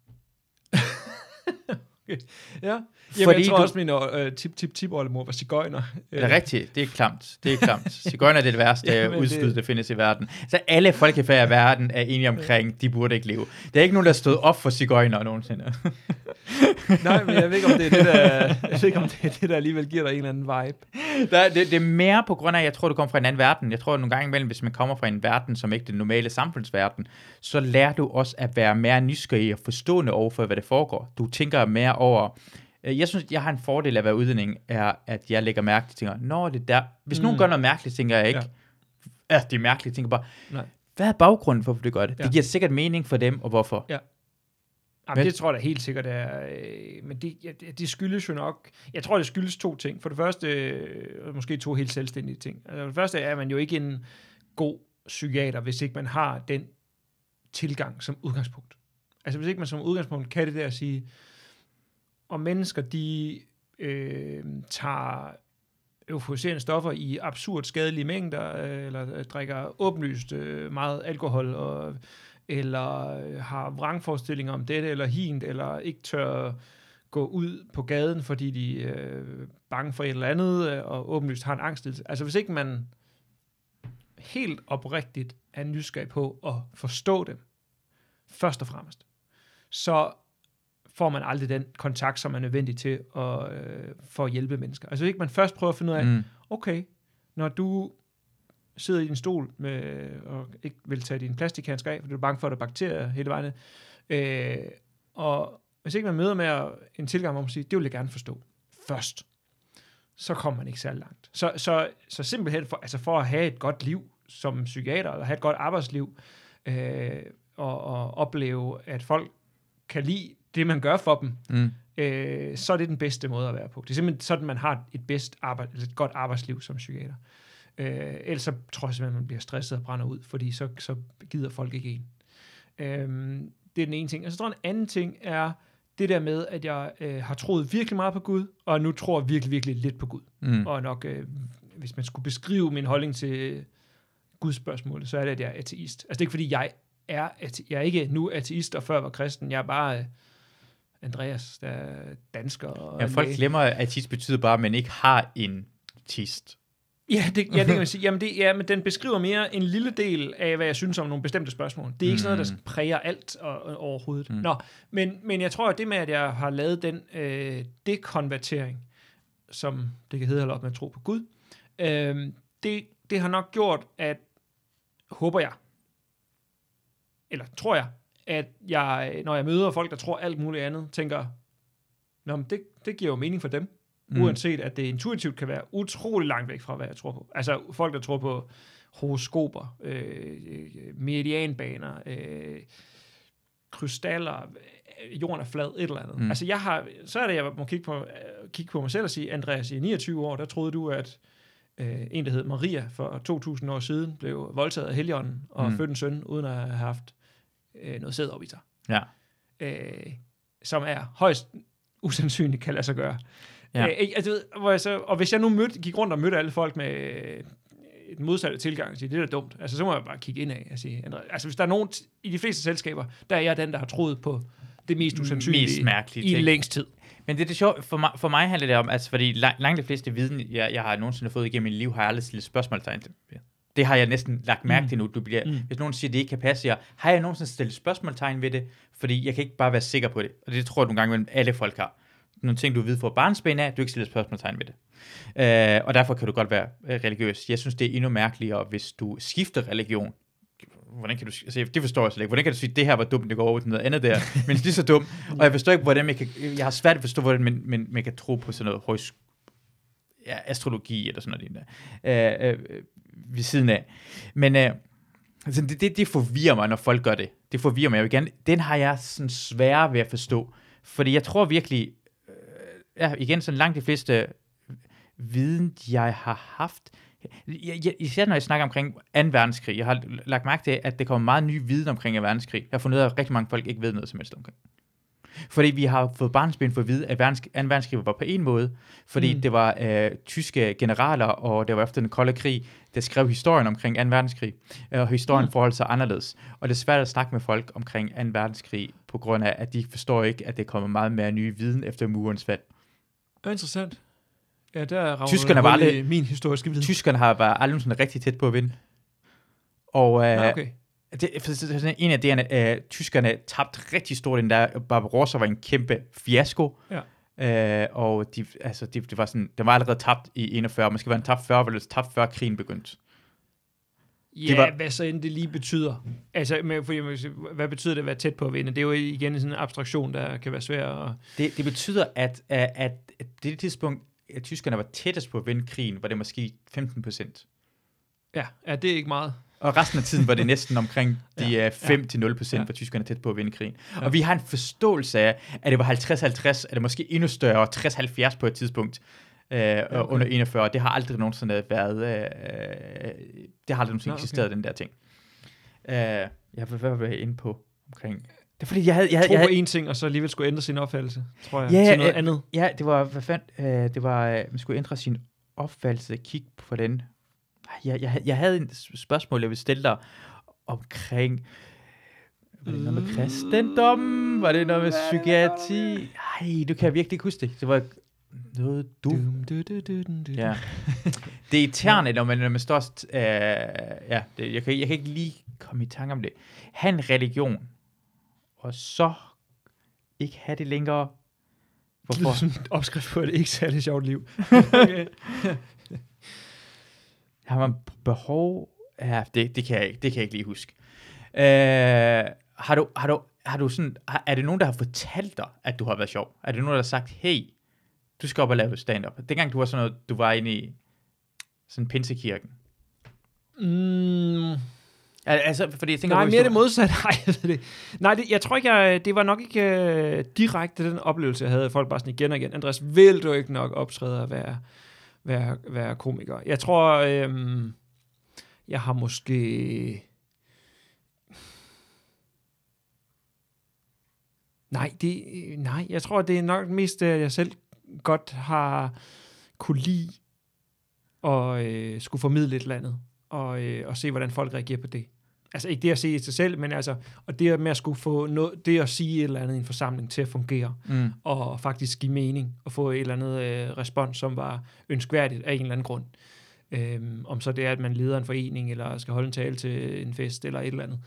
Ja, jamen, jeg tror også, min tip-oldemor var sigøjner. Det er rigtigt, det er klamt. Sigøjner er det værste udstød, der findes i verden. Så alle folkefærd i verden er enige omkring, de burde ikke leve. Der er ikke nogen, der stod op for sigøjner nogensinde. Nej, men jeg ved ikke, om det er det, der alligevel giver dig en eller anden vibe. Det er mere på grund af, at jeg tror, du kommer fra en anden verden. Jeg tror, at nogle gange imellem, hvis man kommer fra en verden, som ikke er den normale samfundsverden, så lærer du også at være mere nysgerrig og forstående over for, hvad det foregår. Du tænker mere over. Jeg synes, jeg har en fordel af at være udlænding, er, at jeg lægger mærke til ting. Nå, det der. Hvis nogen gør noget mærkeligt, tænker jeg ikke. Ja, det er mærkeligt. Jeg tænker bare, hvad er baggrunden for, at du gør det? Ja. Det giver sikkert mening for dem, og hvorfor. Ja. Jamen, det tror jeg da helt sikkert er, men det skyldes jo nok, jeg tror det skyldes 2 ting. For det første, måske 2 helt selvstændige ting. Altså, for det første er man jo ikke en god psykiater, hvis ikke man har den tilgang som udgangspunkt. Altså hvis ikke man som udgangspunkt kan det der at sige, om mennesker de tager euforiserende stoffer i absurd skadelige mængder, eller drikker åbenlyst meget alkohol, eller har vrangforestillinger om dette, eller hint, eller ikke tør gå ud på gaden, fordi de er bange for et eller andet, og åbenlyst har en angst. Altså hvis ikke man helt oprigtigt er nysgerrig på at forstå dem, først og fremmest, så får man aldrig den kontakt, som er nødvendig til for at hjælpe mennesker. Altså ikke man først prøver at finde ud af, okay, når du sidder i en stol og ikke vil tage din plastikhandsker af, fordi du er bange for, at der er bakterier hele vejen. Og hvis ikke man møder med en tilgang, hvor man siger, det vil jeg gerne forstå først, så kommer man ikke særlig langt. Så simpelthen for at have et godt liv som psykiater, eller have et godt arbejdsliv, og opleve, at folk kan lide det, man gør for dem, så er det den bedste måde at være på. Det er simpelthen sådan, man har et godt arbejdsliv som psykiater. Ellers så tror jeg simpelthen, man bliver stresset og brænder ud, fordi så gider folk ikke en. Det er den ene ting. Og så tror jeg, en anden ting er det der med, at jeg har troet virkelig meget på Gud, og nu tror jeg virkelig, virkelig lidt på Gud. Og nok, hvis man skulle beskrive min holdning til Guds spørgsmål, så er det, at jeg er ateist. Altså det er ikke, fordi jeg er ikke nu ateist, og før var kristen. Jeg er bare Andreas, der er dansker. Ja, folk glemmer, at ateist betyder bare, at man ikke har en tist. Ja, det kan man sige. Jamen, men den beskriver mere en lille del af, hvad jeg synes om nogle bestemte spørgsmål. Det er ikke sådan noget, der præger alt overhovedet. Nå, men jeg tror, at det med, at jeg har lavet den dekonvertering, som det kan hedde, holde op med at tro på Gud, det har nok gjort, at, håber jeg, eller tror jeg, at jeg, når jeg møder folk, der tror alt muligt andet, tænker, nå, men det giver jo mening for dem. Uanset at det intuitivt kan være utrolig langt væk fra, hvad jeg tror på. Altså folk, der tror på horoskoper, meridianbaner, krystaller, jorden er flad, et eller andet. Altså så er det, jeg må kigge på mig selv og sige, Andreas, i 29 år, der troede du, at en, der hed Maria for 2000 år siden, blev voldtaget af Helligånden og født en søn, uden at have haft noget sæd op i sig. Ja. Som er højst usandsynligt, kan lade sig gøre. Ja. Og hvis jeg nu gik rundt og mødte alle folk med et modsatte tilgang og sige, det er da dumt, altså så må jeg bare kigge ind af og sige, altså hvis der er nogen i de fleste selskaber, der er jeg den, der har troet på det mest usandsynlige mest mærkelige i længst tid. Men det er det sjovt, for mig handler det om, altså fordi langt de fleste viden, jeg har nogensinde fået igennem mit liv, har jeg aldrig stillet spørgsmålstegn til. Det har jeg næsten lagt mærke til nu. Hvis nogen siger, det ikke kan passe, har jeg nogensinde stillet spørgsmålstegn ved det, fordi jeg kan ikke bare være sikker på det. Og det tror jeg nogle gange, alle folk har. Nogle ting, du ved fra barnsben af, du ikke stiller spørgsmålstegn ved det. Og derfor kan du godt være religiøs. Jeg synes, det er endnu mærkeligere, hvis du skifter religion. Hvordan kan du, altså det forstår jeg slet ikke. Hvordan kan du sige, det her var dumt, det går over til noget andet der, men det er så dumt. Og jeg forstår ikke, hvordan jeg har svært at forstå, hvordan man kan tro på sådan noget astrologi eller sådan noget der, ved siden af. Men altså det forvirrer mig, når folk gør det. Det forvirrer mig. Den har jeg sådan sværere ved at forstå. Fordi jeg tror virkelig, igen sådan langt de fleste viden, jeg har haft, især når jeg snakker omkring 2. verdenskrig, jeg har lagt mærke til, at det kommer meget ny viden omkring 2. verdenskrig. Jeg har fundet ud af, at rigtig mange folk ikke ved noget som helst omkring. Fordi vi har fået barnsben for at vide, at 2. verdenskrig var på en måde, fordi det var tyske generaler, og det var efter den kolde krig, der skrev historien omkring 2. verdenskrig, og historien forholdt sig anderledes. Og det er svært at snakke med folk omkring 2. verdenskrig, på grund af, at de forstår ikke, at det kommer meget mere ny viden efter murens fald. Interessant. Ja, der tyskerne var aldrig, min historiske viden. Tyskerne har været aldrig sådan rigtig tæt på at vinde. Og okay. En af det, tyskerne tabte rigtig stort, den der Barbarossa var en kæmpe fiasko. Ja. Og det var sådan, den var allerede tabt i 41. Man skal være en tabt 40, eller tabt før krigen begyndte. Ja, hvad så end det lige betyder. Altså, hvad betyder det at være tæt på at vinde? Det er jo igen sådan en abstraktion, der kan være svær at... Det betyder, at det tidspunkt, at tyskerne var tættest på at vinde krigen, var det måske 15%. Ja, det er ikke meget. Og resten af tiden var det næsten omkring de 5-0%, hvor tyskerne er tæt på at vinde krigen. Ja. Og vi har en forståelse af, at det var 50-50, at det måske endnu større, 60-70 på et tidspunkt under 41. Det har aldrig nogensinde været, det har aldrig nogensinde eksisteret, den der ting. Jeg vil være inde på omkring... Det er fordi, jeg havde på en ting, og så alligevel skulle ændre sin opfattelse, tror jeg, til noget andet. Ja, det var, man skulle ændre sin opfattelse, kigge på den. Jeg havde et spørgsmål, jeg ville stille dig omkring, var det noget med kristendom? Var det noget med psykiatri? Ej, du kan virkelig ikke huske det. Det var noget Ja. Det er irriterende, når man står... jeg kan ikke lige komme i tanke om det. Ha' en religion, og så ikke have det længere. Hvorfor? Det er sådan en opskrift på et ikke særlig sjovt liv. Okay. Har man behov? Ja, det kan jeg ikke lige huske. Har du sådan, er det nogen, der har fortalt dig, at du har været sjov? Er det nogen, der har sagt, hey, du skal op og lave stand-up? Dengang du var sådan noget, du var inde i sådan pinsekirken. Altså, fordi jeg tænker, nej, mere det modsatte. Nej, jeg tror ikke, det var nok ikke direkte den oplevelse, jeg havde. Folk bare sådan igen og igen. Andreas, vil du ikke nok optræde og være komiker? Jeg tror, jeg har måske... Nej, jeg tror, det er nok mest, at jeg selv godt har kunne lide at skulle formidle et eller andet, og se, hvordan folk reagerer på det. Altså ikke det at se i sig selv, men altså, og det med at skulle få det at sige et eller andet i en forsamling til at fungere, og faktisk give mening, og få et eller andet respons, som var ønskværdigt af en eller anden grund. Om så det er, at man leder en forening, eller skal holde en tale til en fest, eller et eller andet.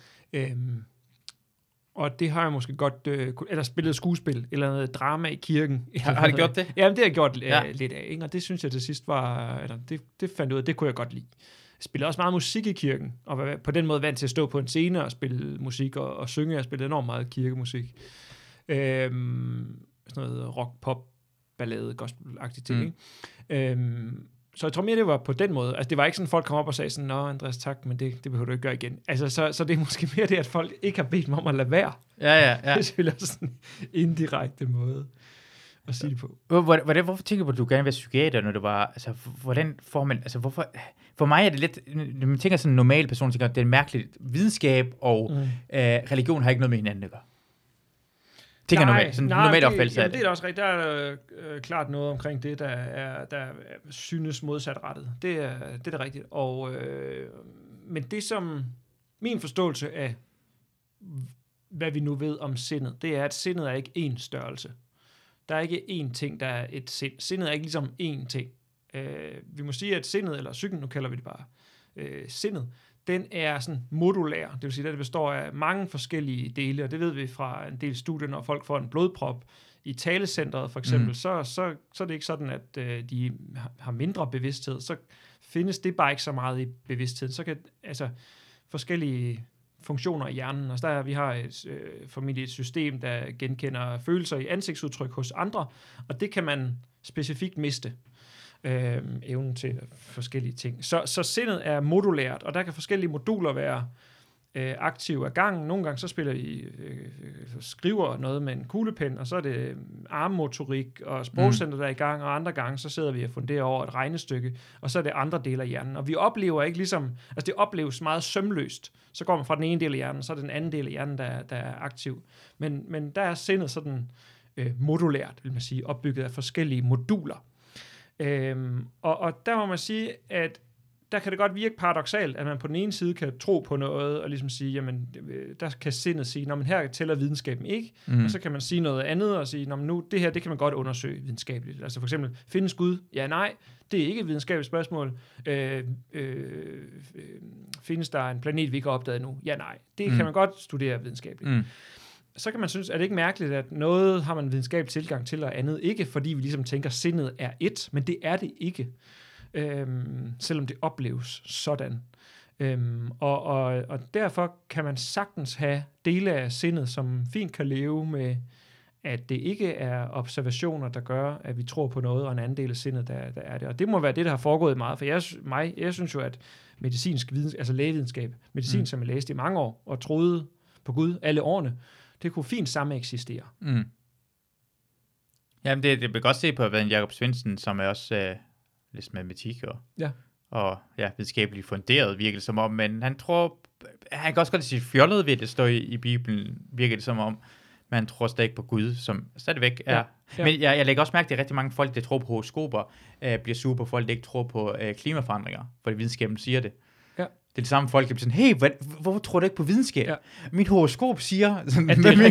Og det har jeg måske godt, eller spillet skuespil, eller noget drama i kirken. Har det gjort det? Jamen, det har jeg gjort lidt af, ikke? Og det synes jeg til sidst var, eller det fandt ud af, det kunne jeg godt lide. Jeg spillede også meget musik i kirken, og var på den måde vant til at stå på en scene og spille musik, og synge. Jeg spillede enormt meget kirkemusik. Sådan noget rock, pop, ballade, gospel-agtigt ting, ikke? Så jeg tror mere, det var på den måde. Altså, det var ikke sådan, folk kom op og sagde sådan, nå, Andreas, tak, men det behøver du ikke gøre igen. Altså, så det er måske mere det, at folk ikke har bedt mig om at lade være. Ja. Det er selvfølgelig også sådan en indirekte måde at sige det på. Hvorfor tænker du, at du gerne vil være psykiater, når du var, altså, hvordan får man, altså, hvorfor, for mig er det lidt, når man tænker sådan en normal person, tænker, det er mærkeligt, videnskab og religion har ikke noget med hinanden at gøre. Tænker normalt opfattelse af det. Det er også rigtigt. Der er klart noget omkring det, der synes modsatrettet. Det er det rigtigt. Og, men det som min forståelse af, hvad vi nu ved om sindet, det er, at sindet er ikke én størrelse. Der er ikke én ting, der er et sind. Sindet er ikke ligesom én ting. Vi må sige, at sindet, eller psyken, nu kalder vi det bare sindet, den er sådan modulær. Det vil sige, at det består af mange forskellige dele, og det ved vi fra en del studier, når folk får en blodprop i talecentret for eksempel, så er det ikke sådan, at de har mindre bevidsthed. Så findes det bare ikke så meget i bevidstheden. Så kan forskellige funktioner i hjernen. Altså vi har formentlig et system, der genkender følelser i ansigtsudtryk hos andre, og det kan man specifikt miste. Evnen til forskellige ting. Så sindet er modulært, og der kan forskellige moduler være aktive af gangen. Nogle gange så spiller I skriver noget med en kuglepen, og så er det armmotorik og sprogcenter, der er i gang, og andre gange så sidder vi og funderer over et regnestykke, og så er det andre dele af hjernen. Og vi oplever ikke ligesom, altså det opleves meget sømløst. Så går man fra den ene del af hjernen, så er det den anden del af hjernen, der er aktiv. Men der er sindet sådan modulært, vil man sige, opbygget af forskellige moduler. Og der må man sige, at der kan det godt virke paradoksalt, at man på den ene side kan tro på noget, og ligesom sige, jamen, der kan sindet sige, nå, men her tæller videnskaben ikke, og så kan man sige noget andet, og sige, nå, men nu, det her, det kan man godt undersøge videnskabeligt. Altså for eksempel, findes Gud? Ja, nej, det er ikke et videnskabeligt spørgsmål. Findes der en planet, vi ikke har opdaget nu? Ja, nej, det kan man godt studere videnskabeligt. Så kan man synes, at det ikke mærkeligt, at noget har man videnskabelig tilgang til, og andet ikke, fordi vi ligesom tænker, at sindet er ét, men det er det ikke, selvom det opleves sådan. Og derfor kan man sagtens have dele af sindet, som fint kan leve med, at det ikke er observationer, der gør, at vi tror på noget, og en anden del af sindet, der er det. Og det må være det, der har foregået meget, for jeg synes jo, at medicinsk viden, altså lægevidenskab, medicin, som jeg læste i mange år, og troede på Gud alle årene, det kunne fint samme eksistere. Jamen, det vil godt se på, hvad Jakob Svendsen, som er også lidt matematik og videnskabeligt funderet, virker det som om, men han kan også godt sige fjollet ved det, står i Bibelen, virker det som om, men han tror stadig på Gud, som stadigvæk er. Ja. Men jeg lægger også mærke til, at rigtig mange folk, der tror på horoskoper, bliver sure på folk, der ikke tror på klimaforandringer, fordi videnskaben siger det. Ja. Det er det samme folk, der bliver sådan, hey, hvorfor tror du ikke på videnskab? Ja. Mit horoskop siger... At det er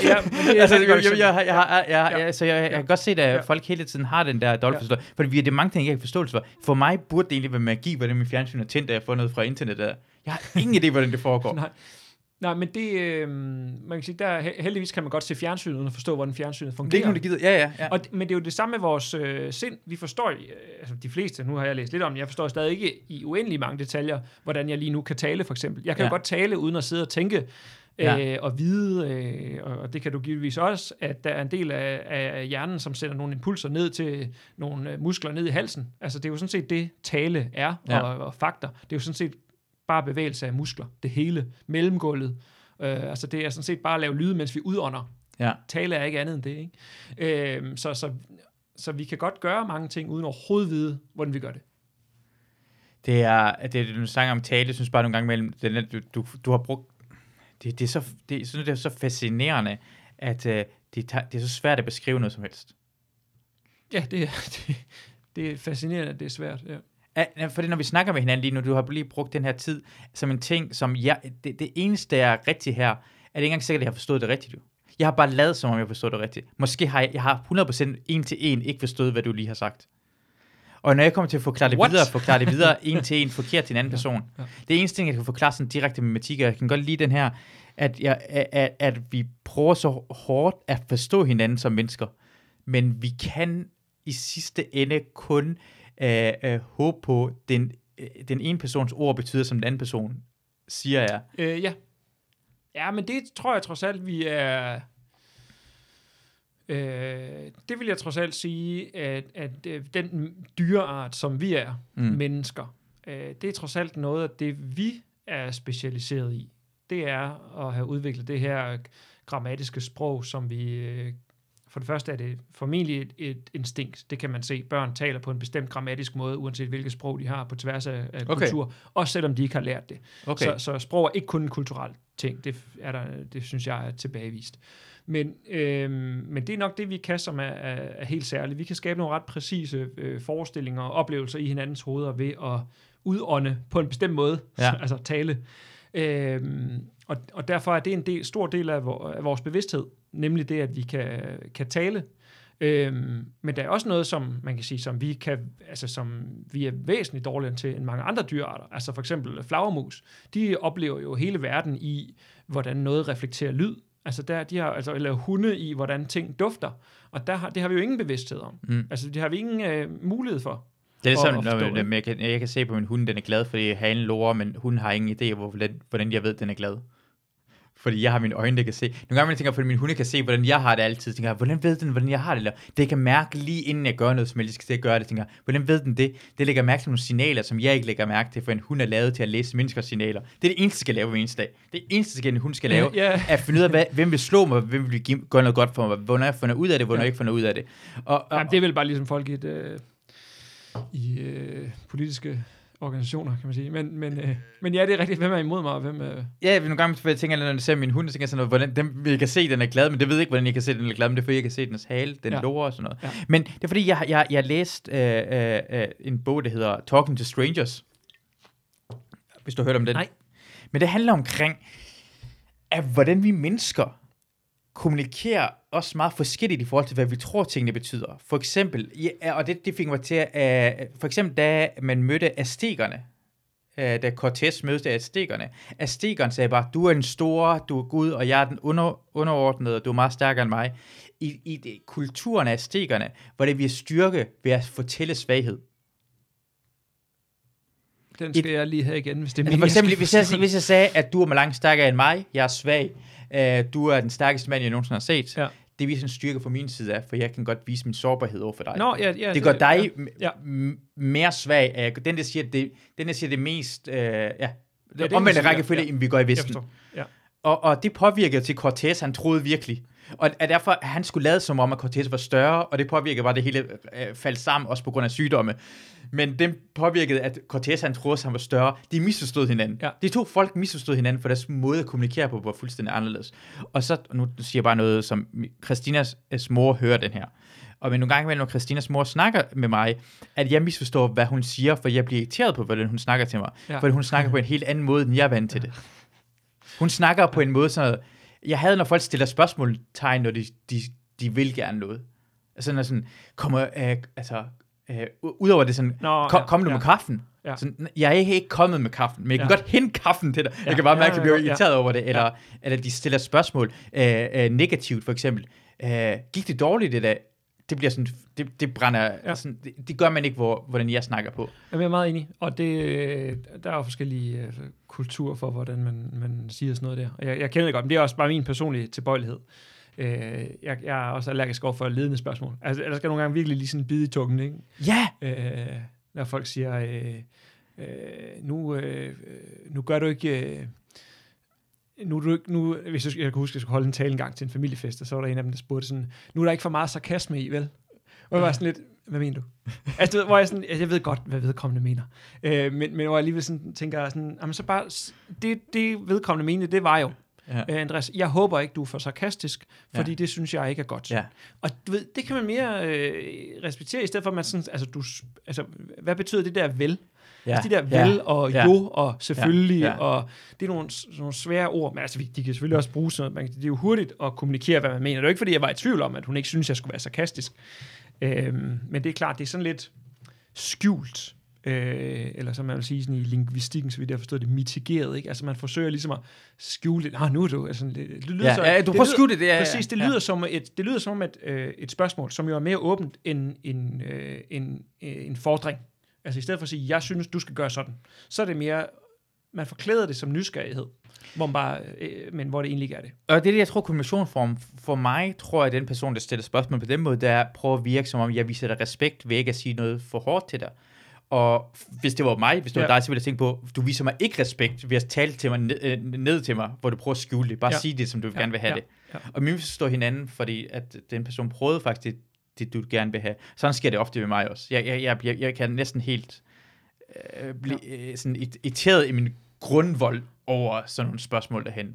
rigtigt. Jeg kan godt se, at folk hele tiden har den der dolforståelse, fordi det er mange ting, jeg ikke har forståelse for. For mig burde det egentlig være magi, hvordan min fjernsyn er tændt, da jeg får noget fra internettet. Jeg har ingen idé, hvordan det foregår. Nej, men det, man kan sige, der heldigvis kan man godt se fjernsynet, uden at forstå, hvordan fjernsynet fungerer. Det er ikke nogen, der gider. Men det er jo det samme med vores sind. Vi forstår, altså de fleste, nu har jeg læst lidt om det, jeg forstår stadig ikke i uendelig mange detaljer, hvordan jeg lige nu kan tale, for eksempel. Jeg kan jo godt tale, uden at sidde og tænke, og vide, og det kan du givetvis også, at der er en del af hjernen, som sender nogle impulser ned til nogle muskler ned i halsen. Altså det er jo sådan set det, tale er, og fakter. Det er jo sådan set bare bevægelse af muskler, det hele, mellemgulvet. Altså det er sådan set bare at lave lyde, mens vi udånder. Ja. Tale er ikke andet end det, ikke? Så vi kan godt gøre mange ting, uden overhovedet vide, hvordan vi gør det. Det er du snakker om tale, jeg synes bare nogle gange mellem, du har brugt, det er så fascinerende, at det er så svært at beskrive noget som helst. Ja, det er fascinerende, at det er svært, ja. Fordi når vi snakker med hinanden lige nu, du har lige brugt den her tid som en ting, som det eneste, der er rigtigt her, er det ikke engang sikkert, at jeg har forstået det rigtigt. Jeg har bare lavet, som om jeg har forstået det rigtigt. Måske har jeg 100% en til en ikke forstået, hvad du lige har sagt. Og når jeg kommer til at forklare det videre en til en forkert til en anden person, det eneste ting, jeg kan forklare sådan direkte med matematik, jeg kan godt lide den her, at vi prøver så hårdt at forstå hinanden som mennesker, men vi kan i sidste ende kun håbe på, den ene persons ord betyder, som den anden person siger ja. Ja, men det tror jeg trods alt, vi er Det vil jeg trods alt sige, at den dyreart, som vi er, mennesker, det er trods alt noget af det, vi er specialiseret i. Det er at have udviklet det her grammatiske sprog, som vi... For det første er det formentlig et instinkt. Det kan man se. Børn taler på en bestemt grammatisk måde, uanset hvilket sprog de har på tværs af kultur, også selvom de ikke har lært det. Okay. Så sprog er ikke kun en kulturel ting. Det synes jeg er tilbagevist. Men det er nok det, vi kan, som er helt særligt. Vi kan skabe nogle ret præcise forestillinger og oplevelser i hinandens hoveder ved at udånde på en bestemt måde, altså tale. Og derfor er det en stor del af vores bevidsthed, nemlig det, at vi kan tale. Men der er også noget, som man kan sige, som vi er væsentligt dårligere til end mange andre dyrearter. Altså for eksempel flagermus. De oplever jo hele verden i, hvordan noget reflekterer lyd. Altså de har eller hunde i, hvordan ting dufter. Og det har vi jo ingen bevidsthed om. Altså det har vi ingen mulighed for. Det er sådan, jeg kan se på min hund, den er glad, fordi halen lorer, men hun har ingen idé, hvordan jeg ved, den er glad. Fordi jeg har mine øjne, der kan se. Nogle gange tænker jeg, fordi min hunde kan se, hvordan jeg har det altid. Tænker jeg, hvordan ved den, hvordan jeg har det? Eller det kan mærke lige inden jeg gør noget, som jeg skal til at gøre det. Tænker jeg, hvordan ved den det? Det lægger mærke til nogle signaler, som jeg ikke lægger mærke til, for en hund er lavet til at læse menneskers signaler. Det er det eneste, jeg skal lave hver eneste dag. Det eneste, en hund skal lave, er at finde ud af, hvem vil slå mig, hvem vil gøre noget godt for mig, hvornår jeg finder ud af det, hvornår jeg ikke finder ud af det. Jamen, det er vel bare ligesom folk i politiske organisationer, kan man sige. Men ja, det er rigtigt. Hvem er imod mig, og hvem er... Ja, nogle gange tænker jeg, når jeg ser min hund, så tænker jeg sådan noget, hvordan jeg kan se, den er glad, men det ved jeg ikke, hvordan jeg kan se, den er glad, men det er fordi, jeg kan se, dens hale, den lorer og sådan noget. Ja. Men det er fordi, jeg læste en bog, der hedder Talking to Strangers. Hvis du har hørt om den. Nej. Men det handler omkring, hvordan vi mennesker kommunikerer også meget forskelligt i forhold til, hvad vi tror, tingene betyder. For eksempel, og det fik mig til, for eksempel da man mødte aztekerne, da Cortés mødte aztekerne. Aztekerne sagde bare, du er den store, du er Gud, og jeg er den underordnede, og du er meget stærkere end mig. I kulturen af aztekerne, hvor det vi er styrke ved at fortælle svaghed. Den skal jeg lige have igen, hvis det er for eksempel, hvis jeg sagde, at du er langt stærkere end mig, jeg er svag, du er den stærkeste mand, jeg nogensinde har set. Ja. Det viser en styrke fra min side af, for jeg kan godt vise min sårbarhed over for dig. Det gør dig mere svag. Den, der siger det mest... omvendt rækkefølge, end vi går i Vesten. Ja. Og det påvirkede til Cortés, han troede virkelig. Og derfor, han skulle lade som om, at Cortés var større, og det påvirkede bare det hele faldt sammen, også på grund af sygdomme. Men det påvirkede, at Cortés, han troede, at han var større. De misforstod hinanden. Ja. De to folk misforstod hinanden, for deres måde at kommunikere på var fuldstændig anderledes. Og så, nu siger jeg bare noget, som Christinas mor hører den her. Og men nogle gange, når Christinas mor snakker med mig, at jeg misforstår, hvad hun siger, for jeg bliver irriteret på, hvordan hun snakker til mig. Ja. For hun snakker på en helt anden måde, end jeg er vant til det. Hun snakker på en måde sådan, jeg havde, når folk stiller spørgsmålstegn, når de vil gerne noget. Altså, udover det sådan, kom du med kaffen? Ja. Sådan, jeg er ikke kommet med kaffen, men jeg kan godt hente kaffen til dig. Jeg kan bare mærke, at jeg bliver irriteret over det. Eller de stiller spørgsmål negativt, for eksempel. Gik det dårligt i dag? Det bliver sådan, det brænder, sådan, det gør man ikke, hvordan jeg snakker på. Jeg er meget enig, og der er jo forskellige kulturer for, hvordan man siger sådan noget der. Og jeg kender det godt, men det er også bare min personlige tilbøjelighed. Jeg er også allergisk over for ledende spørgsmål. Altså, der skal nogle gange virkelig lige sådan bide i tungen, ikke? Ja! Når folk siger, nu gør du ikke... Nu, hvis jeg kan huske, at jeg skulle holde en tale en gang til en familiefest, og så var der en af dem, der spurgte sådan, nu er der ikke for meget sarkasme i, vel? Og jeg var sådan lidt, hvad mener du? Altså, hvor jeg sådan, jeg ved godt, hvad vedkommende mener. Men hvor jeg alligevel sådan, tænker sådan, jamen så bare, det vedkommende mener, det var jo, Andreas, jeg håber ikke, du er for sarkastisk, fordi det synes jeg ikke er godt. Ja. Og du ved, det kan man mere respektere, i stedet for, at man sådan, altså, hvad betyder det der vel? Ja, altså de der vel og jo og selvfølgelig, og det er nogle svære ord, men altså, de kan selvfølgelig også bruge sådan noget. Det er jo hurtigt at kommunikere, hvad man mener. Det er jo ikke, fordi jeg var i tvivl om, at hun ikke synes, jeg skulle være sarkastisk. Men det er klart, det er sådan lidt skjult, eller som man vil sige sådan i lingvistikken, så vidt jeg forstår det, mitigeret, ikke? Altså man forsøger ligesom at skjule det. Nu er du, altså, det lyder du prøver at skjule det. Præcis, det lyder som et spørgsmål, som jo er mere åbent end en fordring. Altså i stedet for at sige, jeg synes, du skal gøre sådan, så er det mere man forklæder det som nysgerrighed, hvor man bare, men hvor det egentlig ikke er det. Og det, jeg tror, kombinationsform for mig, tror jeg, den person, der stiller spørgsmål på den måde, der prøver at virke, som om jeg viser dig respekt ved ikke at sige noget for hårdt til dig. Og hvis det var mig, hvis det var dig, så ville jeg tænke på, du viser mig ikke respekt ved at tale til mig ned til mig, hvor du prøver at skjule det. Bare sige det, som du gerne vil have det. Og vi forstår hinanden, fordi at den person prøvede faktisk det, du gerne vil have. Sådan sker det ofte ved mig også. Jeg kan næsten helt blive sådan irriteret i min grundvold over sådan nogle spørgsmål derhen.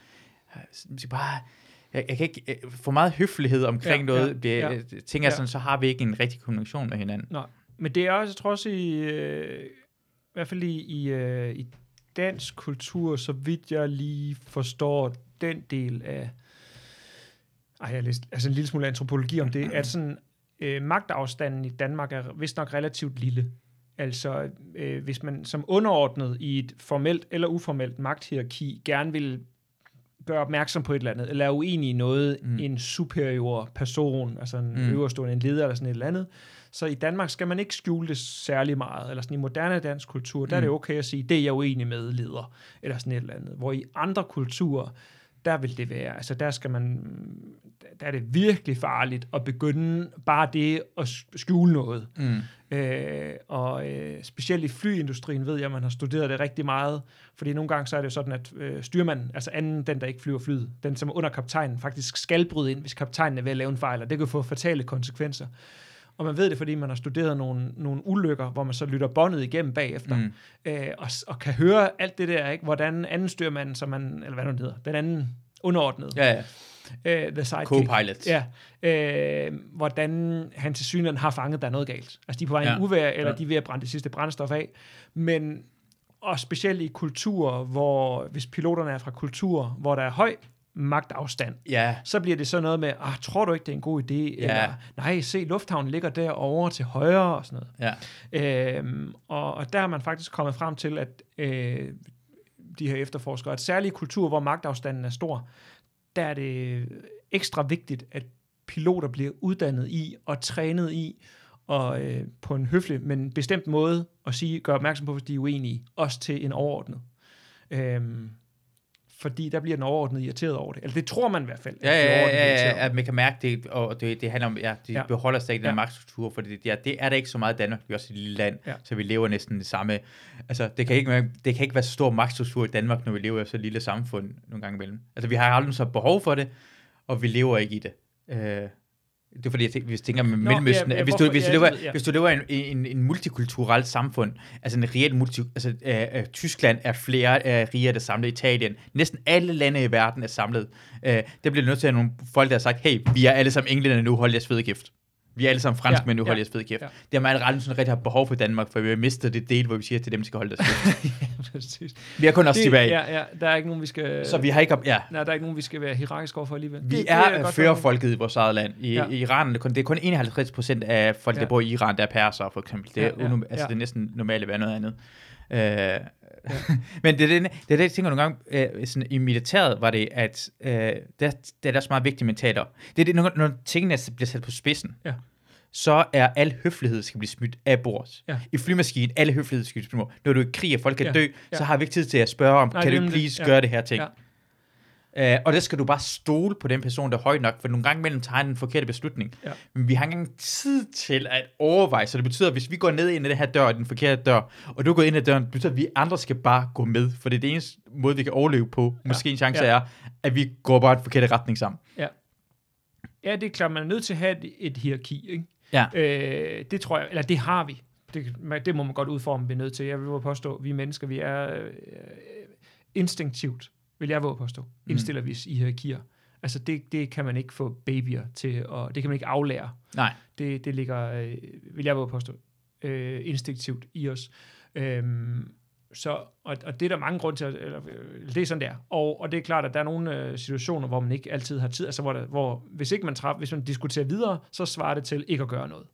Jeg kan ikke få meget høflighed omkring noget. Tænker jeg sådan, så har vi ikke en rigtig kommunikation med hinanden. Nej. Men det er også, jeg tror også i hvert fald i dansk kultur, så vidt jeg lige forstår den del af, jeg har læst altså en lille smule antropologi om det, at sådan magtafstanden i Danmark er vist nok relativt lille. Altså hvis man som underordnet i et formelt eller uformelt magthierarki gerne vil gøre opmærksom på et eller andet, eller er uenig i noget, en superior person, altså en øverstående, en leder eller sådan et eller andet. Så i Danmark skal man ikke skjule det særlig meget, eller sådan i moderne dansk kultur, der er det okay at sige, det er jeg uenig med, leder, eller sådan et eller andet. Hvor i andre kulturer, der vil det være, altså der er det virkelig farligt at begynde bare det at skjule noget. Specielt i flyindustrien ved jeg, at man har studeret det rigtig meget, fordi nogle gange så er det jo sådan, at styrmanden, altså den, der ikke flyver flyet, den som er under kaptajnen, faktisk skal bryde ind, hvis kaptajnen er ved at lave en fejl, og det kan få fatale konsekvenser. Og man ved det, fordi man har studeret nogle ulykker, hvor man så lytter båndet igennem bagefter, og kan høre alt det der, ikke? Hvordan anden styrmand, som man, eller hvad nu det hedder, den anden underordnede, the sidekick, co-pilot, hvordan han til synligheden har fanget, der er noget galt. Altså de er på vej en uvejr, eller de er ved at brænde det sidste brændstof af. Men, og specielt i kulturer, hvor, hvis piloterne er fra kulturer, hvor der er høj magtafstand, så bliver det så noget med, tror du ikke, det er en god idé? Eller, nej, se, lufthavnen ligger derovre til højre, og sådan noget. Og der har man faktisk kommet frem til, at de her efterforskere, at særlige kulturer, hvor magtafstanden er stor, der er det ekstra vigtigt, at piloter bliver uddannet i og trænet i, og på en høflig, men bestemt måde at sige, gør opmærksom på, hvis de er uenige, også til en overordnet. Fordi der bliver den overordnet irriteret over det. Eller det tror man i hvert fald. At man kan mærke det, og det handler om, de beholder stadig den magtstruktur, for det er der ikke så meget i Danmark, vi er også et lille land, så vi lever næsten det samme. Altså, det kan ikke være så stor magtstruktur i Danmark, når vi lever i så lille samfund nogle gange imellem. Altså, vi har aldrig så behov for det, og vi lever ikke i det. Det er fordi, hvis tænker med Mellemøsten, hvis du lever i en multikulturelt samfund, altså en reelt Tyskland er flere riger, der samlet, Italien, næsten alle lande i verden er samlet. Der bliver nødt til at nogle folk, der har sagt, hey, vi er alle sammen englænder nu, hold jeres fvedekæft. Vi er alle sammen franskmænd nu, hold jeres fvedekæft. Det har man aldrig sådan rigtig har behov for Danmark, for vi har mistet det del, hvor vi siger til dem, skal holde deres kæft. Vi har kun også tilbage. Der er ikke nogen, vi skal... Så vi har ikke... Nej, der er ikke nogen, vi skal være hierarkisk overfor alligevel. Vi er førerfolket i vores eget land. I Iran, det er kun 51% af folk, der bor i Iran, der er persere, for eksempel. Det er, det er næsten normalt at være noget andet. Men det er det, jeg tænker nogle gange, sådan, i militæret var det, at det er også meget vigtigt mentaler. Det er det, når tingene bliver sat på spidsen, så er al høflighed skal blive smidt af bordet. I flymaskinen, alle høflighed skal blive smidt af bordet. Når du er i krig, og folk kan dø, så har vi ikke tid til at spørge om, kan du please gøre det her ting? Og det skal du bare stole på den person, der er høj nok, for nogle gange imellem tager en forkerte beslutning. Men vi har ikke engang tid til at overveje, så det betyder, at hvis vi går ned ind i den her dør, den forkerte dør, og du går ind i døren, det betyder, at vi andre skal bare gå med, for det er det eneste måde, vi kan overleve på. Måske en chance er, at vi går bare i den forkerte retning sammen. Ja, det er klart, man er nødt til at have et hierarki, ikke? Det tror jeg, eller det har vi. Det må man godt udforme, vi er nødt til. Jeg vil påstå, vi mennesker, vi er instinktivt, vil jeg våge påstå, indstiller vi i hierarkier. Altså det kan man ikke få babyer til, og det kan man ikke aflære. Nej. Det ligger, vil jeg våge påstå, instinktivt i os. Så, og det er der mange grunde til, eller det er sådan der. Og det er klart, at der er nogle situationer, hvor man ikke altid har tid, altså hvor hvis ikke man hvis man diskuterer videre, så svarer det til ikke at gøre noget.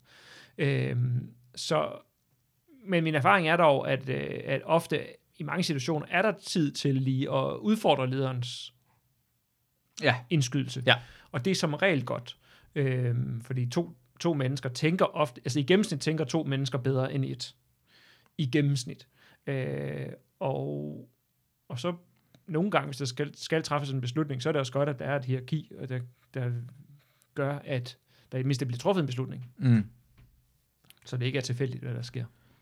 Men min erfaring er dog, at ofte i mange situationer er der tid til lige at udfordre lederens indskydelse. Og det er som regel godt. Fordi to mennesker tænker ofte, altså i gennemsnit tænker to mennesker bedre end et. I gennemsnit. Og så nogle gange, hvis der skal træffes en beslutning, så er det også godt, at der er et hierarki, og der gør, at der i det mindste bliver truffet en beslutning. Så det ikke er tilfældigt, hvad der sker.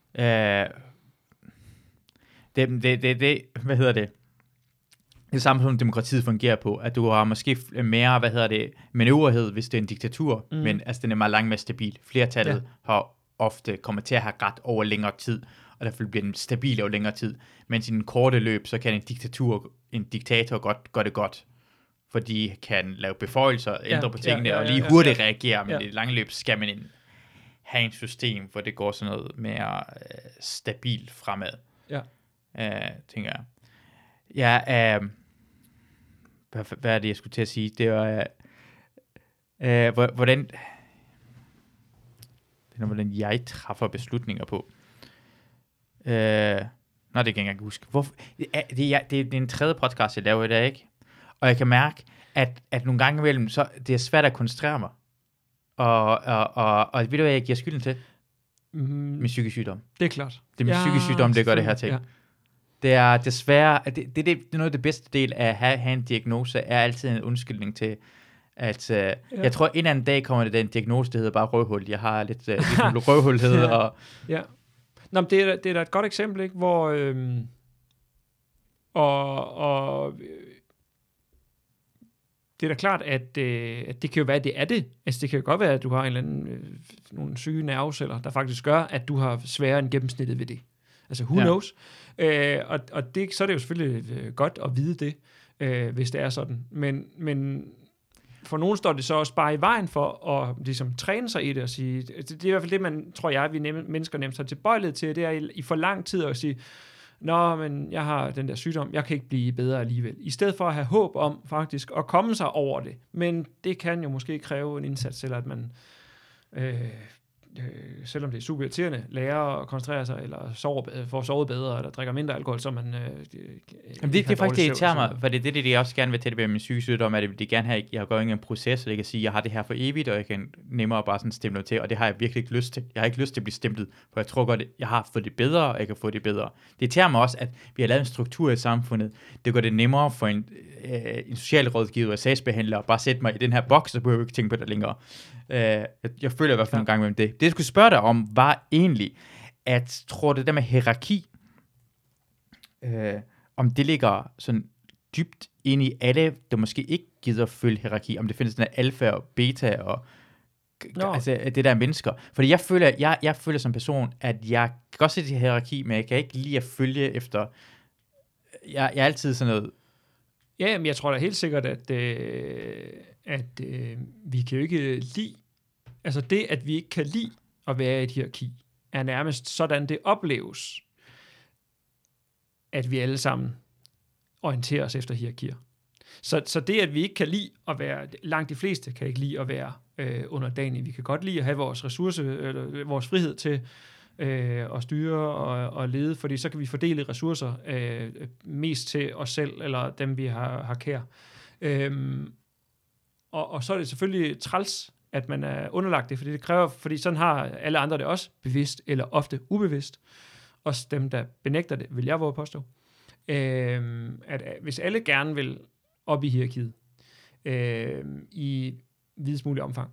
Hvad hedder det? Det samme som demokratiet fungerer på, at du har måske mere, manøvrighed, hvis det er en diktatur, men altså den er meget langt mere stabil. Flertallet har ofte kommet til at have ret over længere tid, og derfor bliver den stabil over længere tid. Mens i den korte løb, så kan en diktator godt gøre det godt, for de kan lave beføjelser, ændre på tingene, og lige hurtigt reagere, men i det lange løb skal man have et system, hvor det går sådan noget mere stabilt fremad. Tænker jeg. Hvad er det, jeg skulle til at sige? Det var, hvordan jeg træffer beslutninger på. Det kan jeg ikke huske. Det er en tredje podcast, jeg laver i dag, ikke? Og jeg kan mærke, at nogle gange imellem, så det er svært at koncentrere mig. Og ved du, hvad jeg giver skylden til? Min psykisk sygdom. Det er klart. Det er min psykisk sygdom, det gør det her til. Ja. Det er desværre, det er noget af det bedste del af at have en diagnose, er altid en undskyldning til, at jeg tror, en anden dag kommer det den diagnose, der hedder bare røvhul. Jeg har lidt røvhulhed. Ja. Nå, men det er da et godt eksempel, ikke? Hvor det er da klart, at det kan jo være, at det er det. Altså, det kan jo godt være, at du har en eller anden, nogle syge nerveceller, der faktisk gør, at du har sværere end gennemsnittet ved det. Altså, who knows? Og det, så er det jo selvfølgelig godt at vide det, hvis det er sådan. Men for nogen står det så også bare i vejen for at ligesom træne sig i det og sige, det er i hvert fald det, man tror jeg, vi mennesker nemt har tilbøjelighed til, det er i for lang tid at sige, nå, men jeg har den der sygdom, jeg kan ikke blive bedre alligevel. I stedet for at have håb om faktisk at komme sig over det. Men det kan jo måske kræve en indsats, eller at man, selvom det er super irriterende, lærer at koncentrere sig, eller får sovet bedre, eller drikker mindre alkohol, så man... det er faktisk det, irriterer mig, for det er det, jeg også gerne vil til det med min psykisk sygdom, at det gerne have, jeg har gået i en proces, så jeg kan sige, at jeg har det her for evigt, og jeg kan nemmere bare sådan stemple til, og det har jeg virkelig ikke lyst til. Jeg har ikke lyst til at blive stemplet, for jeg tror godt, jeg har fået det bedre, og jeg kan få det bedre. Det irriterer mig også, at vi har lavet en struktur i samfundet, det gør det nemmere for en socialrådgiver og sagsbehandler at bare sætte mig i den her boks, så behøver jeg ikke tænke på det længere. Jeg føler i hvert fald en gang med det. Det, jeg skulle spørge dig om, var egentlig, at tror det der med hierarki, om det ligger sådan dybt ind i alle, der måske ikke gider at følge hierarki, om det findes sådan alfa og beta og altså det der mennesker. Fordi jeg føler som person, at jeg kan godt se det hierarki, men jeg kan ikke lide at følge efter. Jeg er altid sådan noget. Ja, men jeg tror da helt sikkert, at vi kan jo ikke lide, altså det, at vi ikke kan lide at være i et hierarki, er nærmest sådan, det opleves, at vi alle sammen orienterer os efter hierarkier. Så det, at vi ikke kan lide at være, langt de fleste kan ikke lide at være underdanige. Vi kan godt lide at have vores vores frihed til at styre og lede, fordi så kan vi fordele ressourcer mest til os selv, eller dem, vi har kær. Og så er det selvfølgelig træls, at man er underlagt det, fordi det kræver, fordi sådan har alle andre det også, bevidst eller ofte ubevidst. Også dem, der benægter det, vil jeg våge påstå. At hvis alle gerne vil op i hierarkiet, i videst mulig omfang,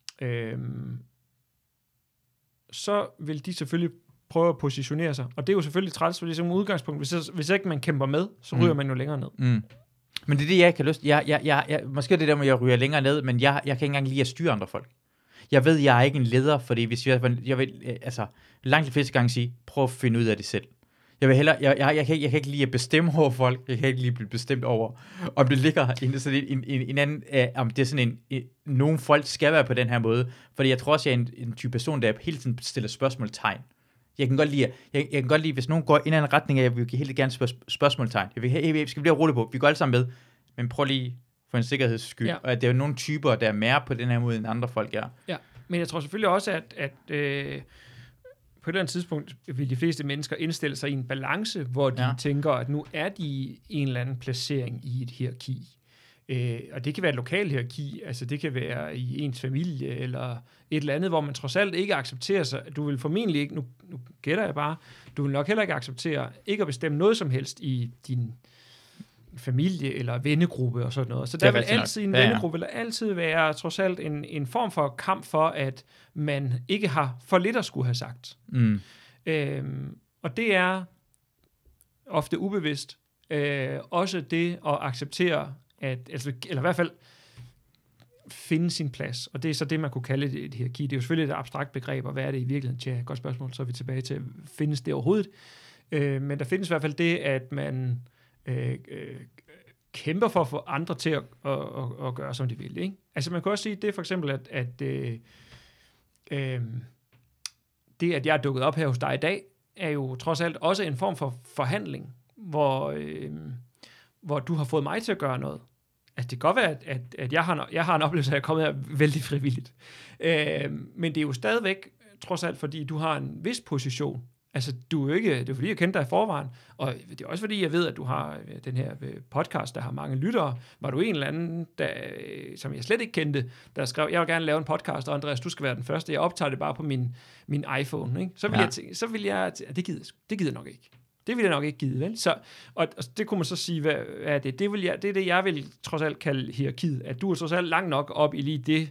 så vil de selvfølgelig prøve at positionere sig. Og det er jo selvfølgelig træls, fordi som udgangspunkt, hvis ikke man kæmper med, så ryger man jo længere ned. Men det er det, jeg ikke har lyst. Måske det der med, at jeg ryger længere ned, men jeg kan ikke engang lide at styre andre folk. Jeg ved, jeg er ikke en leder, fordi hvis jeg vil, langt de fleste gange sige, prøv at finde ud af det selv. Jeg vil hellere, jeg kan ikke lide at bestemme over folk, jeg kan ikke lide at blive bestemt over, om det ligger en anden, om det er sådan nogle folk skal være på den her måde, fordi jeg tror også, jeg er en type person, der hele tiden stiller spørgsmålstegn. Jeg kan godt lide, hvis nogen går i en anden retning, jeg vil helt gerne spørgsmålstegn. Jeg vil, hey, skal vi lige roligt på, vi går alle sammen med, men prøv lige for en sikkerheds skyld, og at der er nogle typer, der er mere på den her måde, end andre folk er. Ja, men jeg tror selvfølgelig også, at på et eller andet tidspunkt vil de fleste mennesker indstille sig i en balance, hvor de tænker, at nu er de i en eller anden placering i et hierarki. Og det kan være et lokalt hierarki, altså det kan være i ens familie, eller et eller andet, hvor man trods alt ikke accepterer sig. Du vil formentlig ikke, nu gætter jeg bare, du vil nok heller ikke acceptere ikke at bestemme noget som helst i din familie eller vennegruppe og sådan noget. Så der vil altid en vennegruppe vil altid være trods alt en form for kamp for, at man ikke har for lidt at skulle have sagt. Og det er ofte ubevidst også det at acceptere, eller i hvert fald finde sin plads. Og det er så det, man kunne kalde et hierarki. Det er jo selvfølgelig et abstrakt begreb, og hvad er det i virkeligheden? Tja, godt spørgsmål, så er vi tilbage til, findes det overhovedet? Men der findes i hvert fald det, at man kæmper for at få andre til at gøre, som de vil. Ikke? Altså man kan også sige, det er for eksempel, at det, at jeg er dukket op her hos dig i dag, er jo trods alt også en form for forhandling, hvor du har fået mig til at gøre noget. Altså det kan godt være, at jeg har en oplevelse af, at jeg er kommet her vældig frivilligt. Men det er jo stadigvæk, trods alt, fordi du har en vis position. Altså, det er fordi, jeg kender dig i forvejen, og det er også fordi, jeg ved, at du har den her podcast, der har mange lyttere. Var du en eller anden, som jeg slet ikke kendte, der skrev, jeg vil gerne lave en podcast, og Andreas, du skal være den første. Jeg optager det bare på min iPhone. Ikke? Så vil jeg det gider jeg nok ikke. Det vil jeg nok ikke give, vel? Så, og det kunne man så sige, hvad er det? Det er det, jeg vil trods alt kalde hierarkiet. At du er trods alt langt nok op i lige det.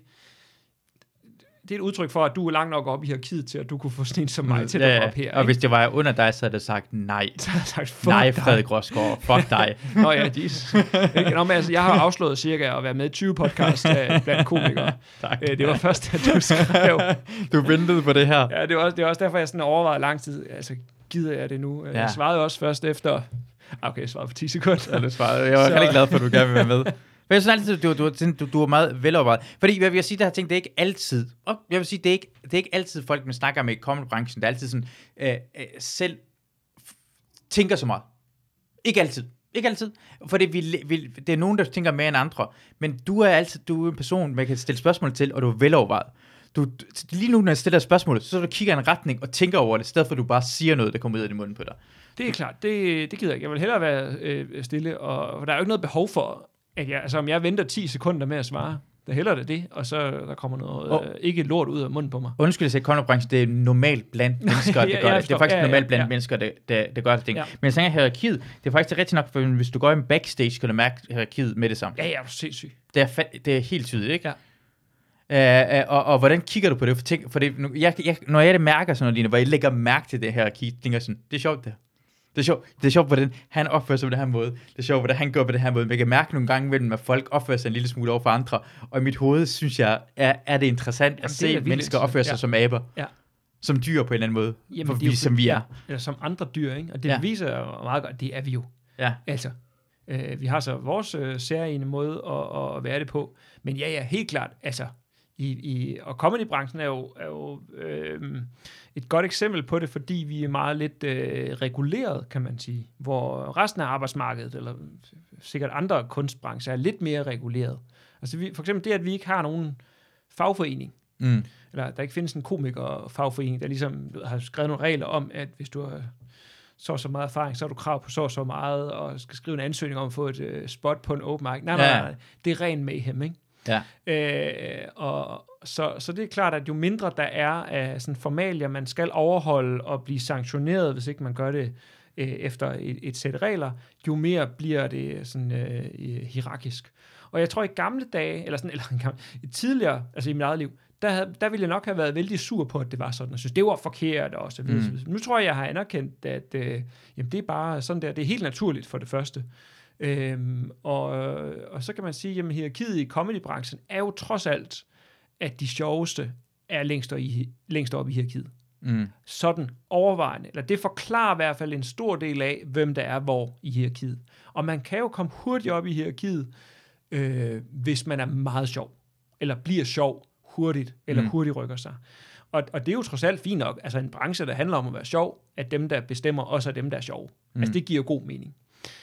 Det er et udtryk for, at du er langt nok op i hierarkiet til, at du kunne få sådan en som mig til at gå op her. Og hvis det var under dig, så havde det sagt nej. Så havde sagt, nej, Frederik Rosgaard, fuck dig. Nå ja, altså, jeg har afslået cirka at være med i 20 podcasts blandt komikere. Det var først, at du skrev. Du ventede på det her. Ja, det var også derfor, jeg sådan overvejede lang tid. Altså, gider jeg det nu? Jeg svarede også først efter. Okay, jeg svarede for 10 sekunder. Ja, du svarede. Jeg var rigtig glad for, at du gerne vil være med. Men jeg synes altid, du er meget velovervejet. Fordi jeg vil sige, det her ting, det er ikke altid. Og jeg vil sige, det er ikke altid folk, man snakker med i comedy-branchen, der altid sådan, selv tænker så meget. Ikke altid. Ikke altid. For det er nogen, der tænker mere end andre. Men du er en person, man kan stille spørgsmål til, og du er velovervejet. Lige nu, når jeg stiller spørgsmål, så du kigger i en retning og tænker over det, i stedet for at du bare siger noget, der kommer ud af din mund på dig. Det er klart. Det gider jeg ikke. Jeg vil hellere være stille, og der er jo ikke noget behov for, at om jeg venter 10 sekunder med at svare, der hælder det, og så der kommer noget ikke lort ud af munden på mig. Undskyld, jeg siger, comedy-branchen, det er normalt blandt mennesker, det gør det. Det er faktisk normalt blandt mennesker, det gør det ting. Ja. Men jeg tænker, hierarkiet, det er faktisk rigtigt nok, for hvis du går i en backstage, kan du mærke hierarkiet med det samme. Ja, jeg er sindssygt. Det er helt tydeligt, ikke? Ja. Og hvordan kigger du på det? For det når jeg mærker sådan noget, hvor jeg lægger mærke til det hierarki, tænker jeg sådan, det er sjovt det. Det er sjovt, hvordan han opfører sig på den her måde. Det er sjovt, hvordan han går på den her måde. Men jeg kan mærke nogle gange mellem, at folk opfører sig en lille smule over for andre. Og i mit hoved, synes jeg, er det interessant at se mennesker opføre sig som aber. Ja. Som dyr på en eller anden måde. Jamen, som vi er. Eller som andre dyr, ikke? Og det viser meget godt, det er vi jo. Ja. Altså, vi har så vores særlige måde at være det på. Men ja, helt klart, altså, og comedybranchen er jo et godt eksempel på det, fordi vi er meget lidt reguleret, kan man sige, hvor resten af arbejdsmarkedet, eller sikkert andre kunstbrancher, er lidt mere reguleret. Altså for eksempel det, at vi ikke har nogen fagforening, eller der ikke findes en komikerfagforening, der ligesom har skrevet nogle regler om, at hvis du har så meget erfaring, så har du krav på så meget, og skal skrive en ansøgning om at få et spot på en open mic. Nej, det er ren mayhem, ikke? Ja. Så det er klart, at jo mindre der er af sådan formalier, man skal overholde og blive sanktioneret, hvis ikke man gør det efter et sæt regler, jo mere bliver det sådan hierarkisk. Og jeg tror i gamle dage, eller tidligere, altså i mit eget liv, der ville jeg nok have været vældig sur på, at det var sådan, og synes, det var forkert, og så videre. Nu tror jeg har anerkendt, at jamen, det er bare sådan der, det er helt naturligt for det første. Og så kan man sige, at hierarkiet i comedybranchen er jo trods alt, at de sjoveste er længst op i hierarkiet. Sådan overvejende, eller det forklarer i hvert fald en stor del af, hvem der er hvor i hierarkiet. Og man kan jo komme hurtigt op i hierarkiet, hvis man er meget sjov, eller bliver sjov hurtigt, eller hurtigt rykker sig. Og det er jo trods alt fint nok, altså en branche, der handler om at være sjov, at dem, der bestemmer, også er dem, der er sjove. Altså det giver god mening.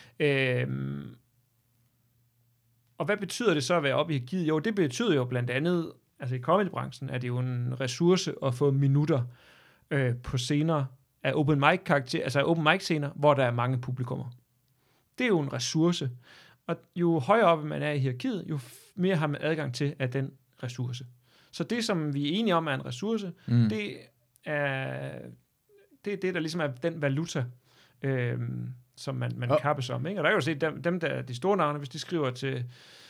Og hvad betyder det så at være oppe i hierarkiet? Jo, det betyder jo blandt andet, altså i comedybranchen er det jo en ressource at få minutter på scener af open mic karakter, altså open mic scener, hvor der er mange publikummer. Det er jo en ressource. Og jo højere oppe man er i hierarkiet, jo mere har man adgang til af den ressource. Så det, som vi er enige om er en ressource, det er det, der ligesom er den valuta, som man kappes om. Ikke? Og der er jo set, dem der de store navne, hvis de skriver til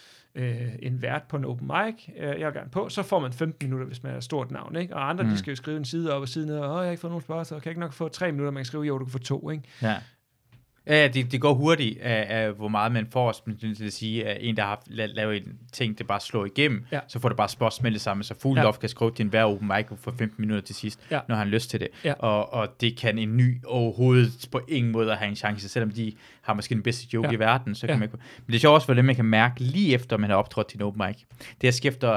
en vært på en open mic, jeg vil gerne på, så får man 15 minutter, hvis man er et stort navn. Ikke? Og andre, de skal jo skrive en side op og side ned, og jeg har ikke fået nogen spørgsmål, så kan jeg ikke nok få 3 minutter, man kan skrive, jo, du kan få 2. Ikke? Ja. Ja, det går hurtigt af, hvor meget man får, det vil sige, at en, der har lavet en ting, det bare slår igennem, så får det bare spørgsmål det samme, så Fuglendorf kan skrive til en hver open mic for 15 minutter til sidst, når han har lyst til det. Ja. Og det kan en ny overhovedet på ingen måde have en chance, selvom de har måske den bedste joke i verden, så kan man. Men det er sjovt også, hvordan man kan mærke lige efter, man har optrådt til en open mic. Det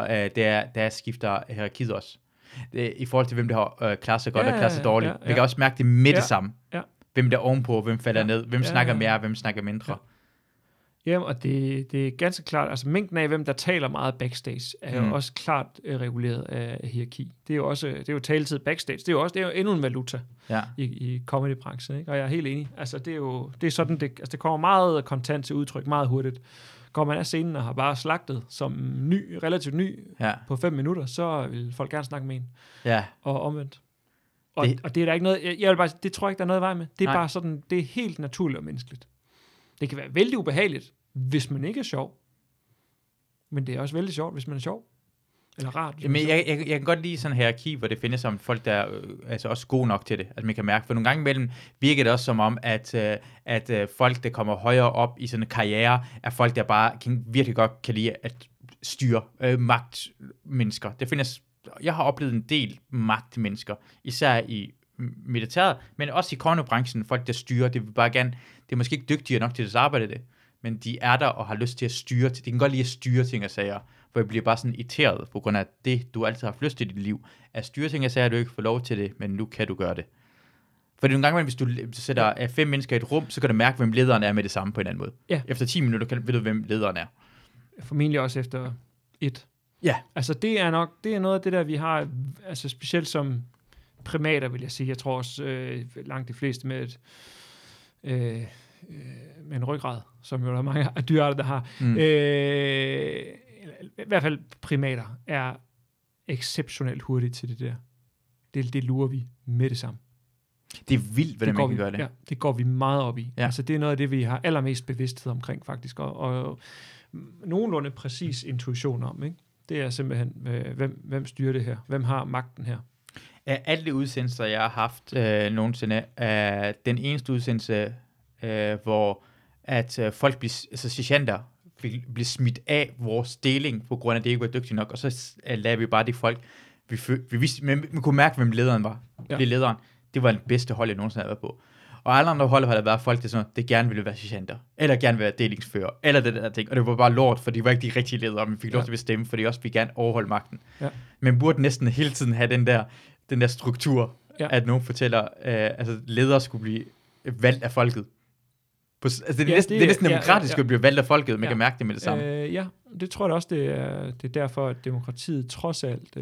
skifter hierarkiet også. I forhold til, hvem der har klarer sig godt og klarer sig dårligt. Vi kan også mærke det med det samme. Ja. Hvem der er ovenpå, hvem falder ned, hvem snakker mere, hvem snakker mindre. Jamen, og det er ganske klart, altså mængden af, hvem der taler meget backstage, er jo også klart reguleret af hierarki. Det er jo taletid backstage, det er jo endnu en valuta i comedy-branchen, ikke? Og jeg er helt enig. Altså, det er sådan, det kommer meget kontant til udtryk, meget hurtigt. Går man af scenen og har bare slagtet som relativt ny på 5 minutter, så vil folk gerne snakke med en. Ja. Og omvendt. Og det er der ikke noget, jeg vil bare, det tror jeg ikke, der er noget i vej med. Det er bare sådan, det er helt naturligt og menneskeligt. Det kan være vældig ubehageligt, hvis man ikke er sjov. Men det er også vældig sjovt, hvis man er sjov. Eller rart. Men jeg kan godt lide sådan en hierarki, hvor det findes som folk, der er altså også gode nok til det. Altså man kan mærke, for nogle gange imellem virker det også som om, at folk, der kommer højere op i sådan en karriere, er folk, der bare virkelig godt kan lide at styre magtmennesker. Det findes. Jeg har oplevet en del magtmennesker, især i militæret, men også i pornobranchen, folk der styrer, det vil bare gerne, det er måske ikke dygtige nok til deres arbejde det, men de er der og har lyst til at styre, de kan godt lide at styre ting og sager, hvor jeg bliver bare sådan irriteret, på grund af det, du altid har haft lyst til i dit liv, at styre ting og sager, du ikke får lov til det, men nu kan du gøre det. For nogle gange, hvis du sætter 5 mennesker i et rum, så kan du mærke, hvem lederen er med det samme på en anden måde. Ja. Efter 10 minutter ved du, hvem lederen er. Formentlig også efter 1. Ja. Altså det er noget af det der, vi har, altså specielt som primater, vil jeg sige. Jeg tror også langt de fleste med en ryggrad, som jo der er mange af dyrearter, der har. I hvert fald primater er exceptionelt hurtigt til det der. Det lurer vi med det samme. Det er vildt, hvordan man kan gøre det. Ja, det går vi meget op i. Ja. Altså det er noget af det, vi har allermest bevidsthed omkring faktisk, og nogenlunde præcis intuition om, ikke? Det er simpelthen, hvem styrer det her? Hvem har magten her? Af alle de udsendelser, jeg har haft nogensinde, er den eneste udsendelse, hvor at folk sergeanter bliver smidt af vores deling, på grund af, at det ikke var dygtigt nok, og så lavede vi bare de folk, vi vidste, men vi kunne mærke, hvem lederen var. Ja. Det lederen. Det var den bedste hold, jeg nogensinde havde været på. Og alle andre hold har der været folk, der gerne ville være sergeanter, eller gerne ville være delingsfører, eller det der ting. Og det var bare lort, for de var ikke de rigtige ledere, men vi fik lov til at bestemme, fordi også vi gerne overholde magten. Ja. Men burde næsten hele tiden have den der struktur, at nogen fortæller, altså ledere skulle blive valgt af folket. Altså, det er næsten demokratisk at blive valgt af folket, man kan mærke det med det samme. Ja, det tror jeg også, det er derfor, at demokratiet trods alt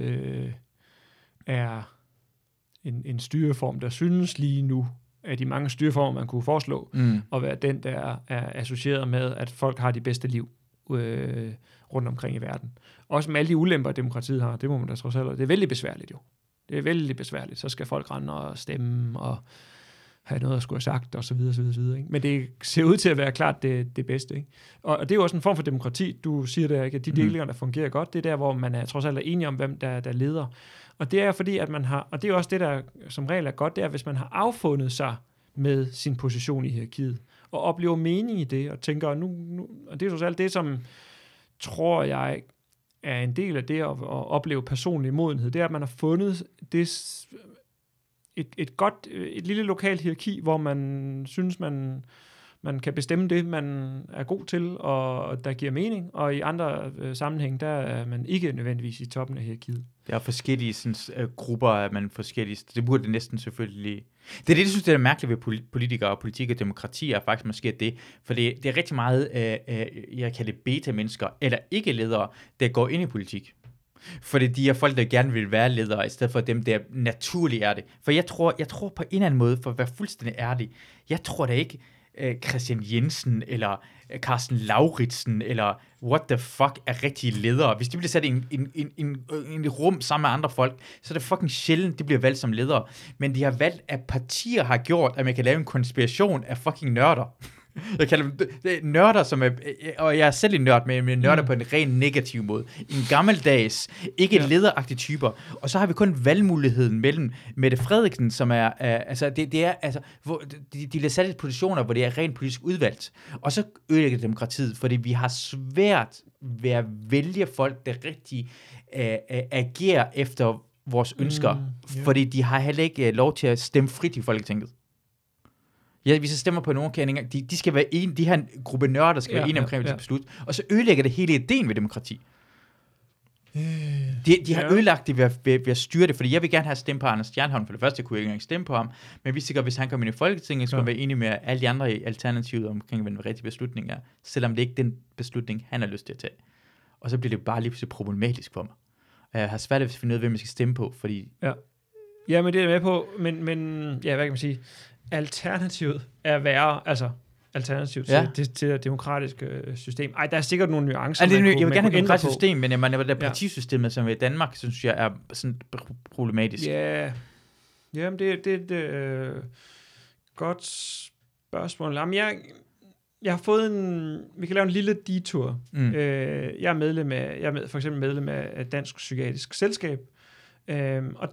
er en styreform, der synes lige nu, af de mange styreformer, man kunne foreslå, og være den, der er associeret med, at folk har de bedste liv rundt omkring i verden. Også med alle de ulemper, demokratiet har, det må man da trods alt. Det er vældig besværligt jo. Det er vældig besværligt. Så skal folk rende og stemme, og have noget at skulle have sagt, og så videre, så videre, så videre, ikke? Men det ser ud til at være klart det bedste, ikke? Og det er jo også en form for demokrati, du siger der, ikke? At de delinger, der fungerer godt, det er der, hvor man er trods alt er enige om, hvem der leder. Og det er fordi, at man har, og det er også det, der som regel er godt, det er, hvis man har affundet sig med sin position i hierarkiet, og oplever mening i det, og tænker, nu og det er trods alt det, som tror jeg er en del af det at opleve personlig modenhed, det er, at man har fundet det, et lille lokalt hierarki, hvor man synes, man kan bestemme det, man er god til, og der giver mening, og i andre sammenhæng, der er man ikke nødvendigvis i toppen af hierarkiet. Der er forskellige sådan, grupper, at man forskellige. Det burde det næsten selvfølgelig. Det er det, jeg synes, det er mærkeligt ved politikere og politik og demokrati, er faktisk måske det. For det er rigtig meget, jeg kalder det beta-mennesker, eller ikke-ledere, der går ind i politik. For de er folk, der gerne vil være ledere, i stedet for dem, der naturligt er det. For jeg tror på en eller anden måde, for at være fuldstændig ærlig, jeg tror da ikke, Christian Jensen eller Carsten Lauritsen, eller what the fuck er rigtige ledere. Hvis de bliver sat i en rum sammen med andre folk, så er det fucking sjældent, de bliver valgt som ledere. Men de har valgt, at partier har gjort, at man kan lave en konspiration af fucking nørder. Jeg kalder dem nørder, som er, og jeg er selv en nørd, men nørder på en ren negativ måde. En gammeldags, ikke lederagtige typer. Og så har vi kun valgmuligheden mellem Mette Frederiksen, som er, altså det er, altså, hvor de bliver sat i positioner, hvor det er rent politisk udvalgt. Og så ødelægger demokratiet, fordi vi har svært ved at vælge folk, der rigtig agerer efter vores ønsker, fordi de har heller ikke lov til at stemme frit i Folketinget. Ja, hvis jeg stemmer på nogen kendinger, de skal være enige, de her gruppe nørder skal være enige omkring det beslut, og så ødelægger det hele ideen ved demokrati. De har ødelagt det ved at styre det, fordi jeg vil gerne have stemt på Anders Stjernholm, for det første kunne jeg ikke engang stemme på ham, men vi sikkert, hvis han kommer ind i Folketinget, så skulle han være enig med alle de andre i alternativet omkring, hvad den rigtige beslutning er, selvom det ikke er den beslutning, han har lyst til at tage. Og så bliver det bare lige pludselig problematisk for mig. Jeg har svært ved at finde ud af, hvem jeg skal stemme på, fordi... Ja, men det er jeg med på, men ja, hvad kan man sige? Alternativet er værre, altså alternativ til det demokratiske system. Ej, der er sikkert nogle nuancer. Jeg vil gerne have et demokratisk system, men det partisystemet, som er i Danmark, synes jeg er sådan problematisk. Ja, jamen det er et godt spørgsmål. Jamen, jeg har fået vi kan lave en lille detur. Jeg er for eksempel medlem af Dansk Psykiatrisk Selskab, og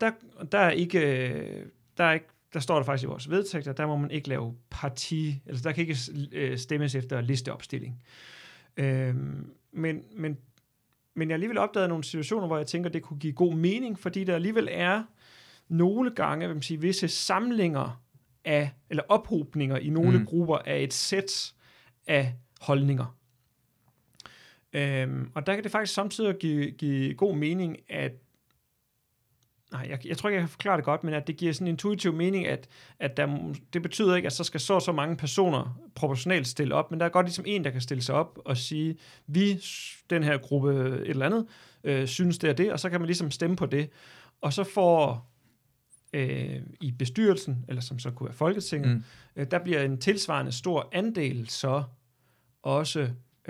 der står der faktisk i vores vedtægter, der må man ikke lave altså der kan ikke stemmes efter listeopstilling. Men jeg har alligevel opdaget nogle situationer, hvor jeg tænker, det kunne give god mening, fordi der alligevel er nogle gange, vil man sige, visse samlinger af, eller ophobninger i nogle grupper af et sæt af holdninger. Og der kan det faktisk samtidig give god mening, at jeg tror ikke, jeg kan forklare det godt, men at det giver sådan en intuitiv mening, at det betyder ikke, at så skal så mange personer proportionalt stille op, men der er godt ligesom en, der kan stille sig op og sige, den her gruppe et eller andet, synes det er det, og så kan man ligesom stemme på det. Og så får i bestyrelsen, eller som så kunne være Folketinget, der bliver en tilsvarende stor andel så også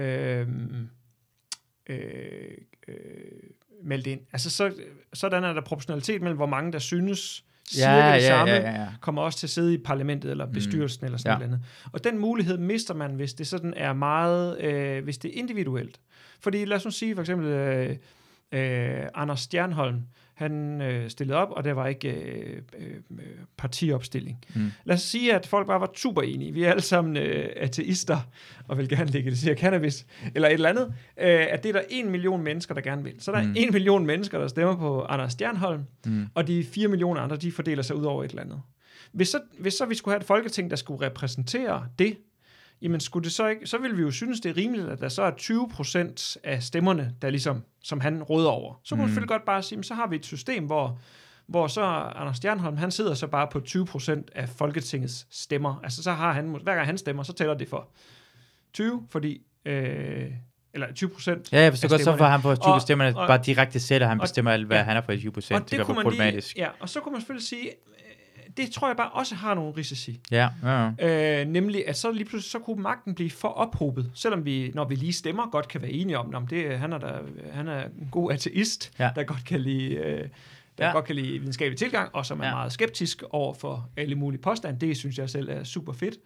meldt ind. Altså sådan er der proportionalitet mellem, hvor mange der synes cirka det samme, kommer også til at sidde i parlamentet eller bestyrelsen eller sådan noget andet. Og den mulighed mister man, hvis det sådan er meget, hvis det er individuelt. Fordi lad os nu sige for eksempel Anders Stjernholm, han stillede op, og der var ikke partiopstilling. Lad os sige, at folk bare var super enige. Vi er alle sammen ateister, og vil gerne legalisere cannabis, eller et eller andet. At det er der 1 million mennesker, der gerne vil. Så der er 1 million mennesker, der stemmer på Anders Stjernholm, og de 4 millioner andre, de fordeler sig ud over et eller andet. Hvis så vi skulle have et folketing, der skulle repræsentere det, jamen skulle det så ikke, så ville vi jo synes, det er rimeligt, at der så er 20% af stemmerne, der ligesom, som han råder over. Så kunne man selvfølgelig godt bare sige, så har vi et system, hvor så Anders Stjernholm, han sidder så bare på 20% af Folketingets stemmer. Altså så har han, hver gang han stemmer, så tæller det for 20, fordi, eller 20%. Ja, jeg forstår godt, så får han på 20 stemmerne, bare direkte sætter, han bestemmer alt, hvad han er på 20%. Det kan være problematisk. Og så kunne man selvfølgelig sige, det tror jeg bare også har nogle risici. Nemlig, at så lige pludselig så kunne magten blive for ophobet, selvom vi, når vi lige stemmer, godt kan være enige om det. Han er en god ateist, der godt kan lide godt kan lide videnskabelig tilgang, og som er meget skeptisk over for alle mulige påstande. Det synes jeg selv er super fedt.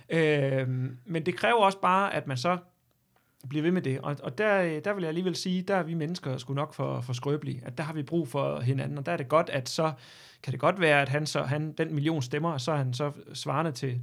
Men det kræver også bare, at man så bliver ved med det. Og der vil jeg alligevel sige, der er vi mennesker sgu nok for skrøbelige, at der har vi brug for hinanden, og der er det godt, at så kan det godt være, at han den million stemmer, så er han så svarende til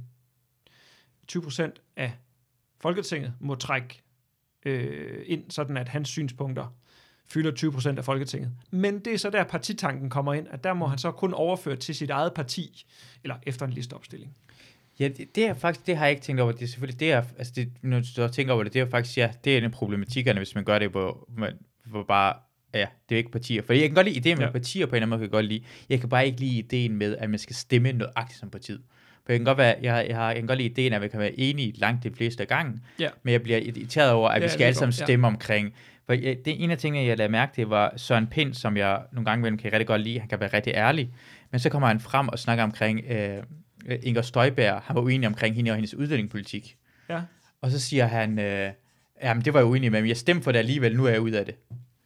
20% af Folketinget må trække ind, sådan at hans synspunkter fylder 20% af Folketinget. Men det er så der partitanken kommer ind, at der må han så kun overføre til sit eget parti, eller efter en listeopstilling. Ja, det er faktisk, det har jeg ikke tænkt over. Det er selvfølgelig, det er, altså det, når du tænker over det, det er faktisk, det er en af problematikkerne, hvis man gør det, hvor bare, det er ikke partier. For jeg kan godt lide ideen med partier på en eller anden måde, kan jeg godt lide. Jeg kan bare ikke lide ideen med, at man skal stemme nøjagtigt som partiet. For jeg kan godt være, jeg kan godt lide ideen, at vi kan være enige langt de fleste af gangen, men jeg bliver irriteret over, at vi skal alle sammen stemme omkring. For det en af tingene, jeg lagde mærke til, var Søren Pind, som jeg nogle gange kan rigtig godt lide. Han kan være rigtig ærlig, men så kommer han frem og snakker omkring Inger Støjberg. Han var uenig omkring hende og hendes udlændingepolitik. Og så siger han, jamen det var jeg uenig med, men jeg stemte for det alligevel, nu er jeg ude af det.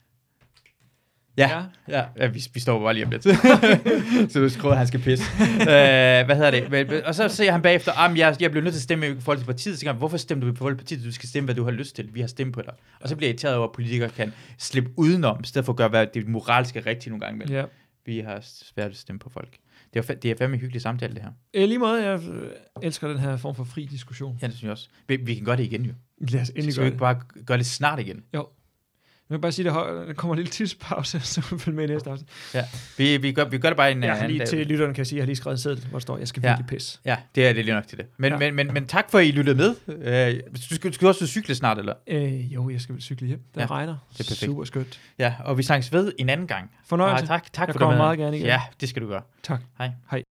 Ja, vi står bare lige om lidt. Så du skrev, at han skal pisse. Hvad hedder det? Og så siger han bagefter, jeg blev nødt til at stemme i forhold til partiet. Så siger han, hvorfor stemmer du i forhold til partiet? Du skal stemme, hvad du har lyst til. Vi har stemt på dig. Og så bliver jeg irriteret over, at politikere kan slippe udenom, i stedet for at gøre, hvad det moralske rigtigt nogle gange imellem. Ja. Vi har svært at stemme på folk. Det er fandme en hyggelig samtale, det her. Lige måde, jeg elsker den her form for fri diskussion. Ja, det synes jeg også. Vi kan gøre det igen, jo. Lad os endelig gøre det. Skal vi ikke bare gøre det snart igen? Jo. Jeg vil bare sige, at der kommer en lille tidspause, så vi følger med i næste afsnit. Ja, vi gør det bare en anden lige til lytterne kan jeg sige, at jeg har lige skrevet en seddel, hvor der står, jeg skal virkelig pisse. Ja, det er lige nok til det. Men tak for, at I lyttede med. Skal du også cykle snart, eller? Jo, jeg skal vel cykle hjem. Det regner. Det er perfekt. Super skønt. Ja, og vi snakkes ved en anden gang. Fornøjelse. Tak jeg for kommer meget gerne igen. Ja, det skal du gøre. Tak. Hej. Hej.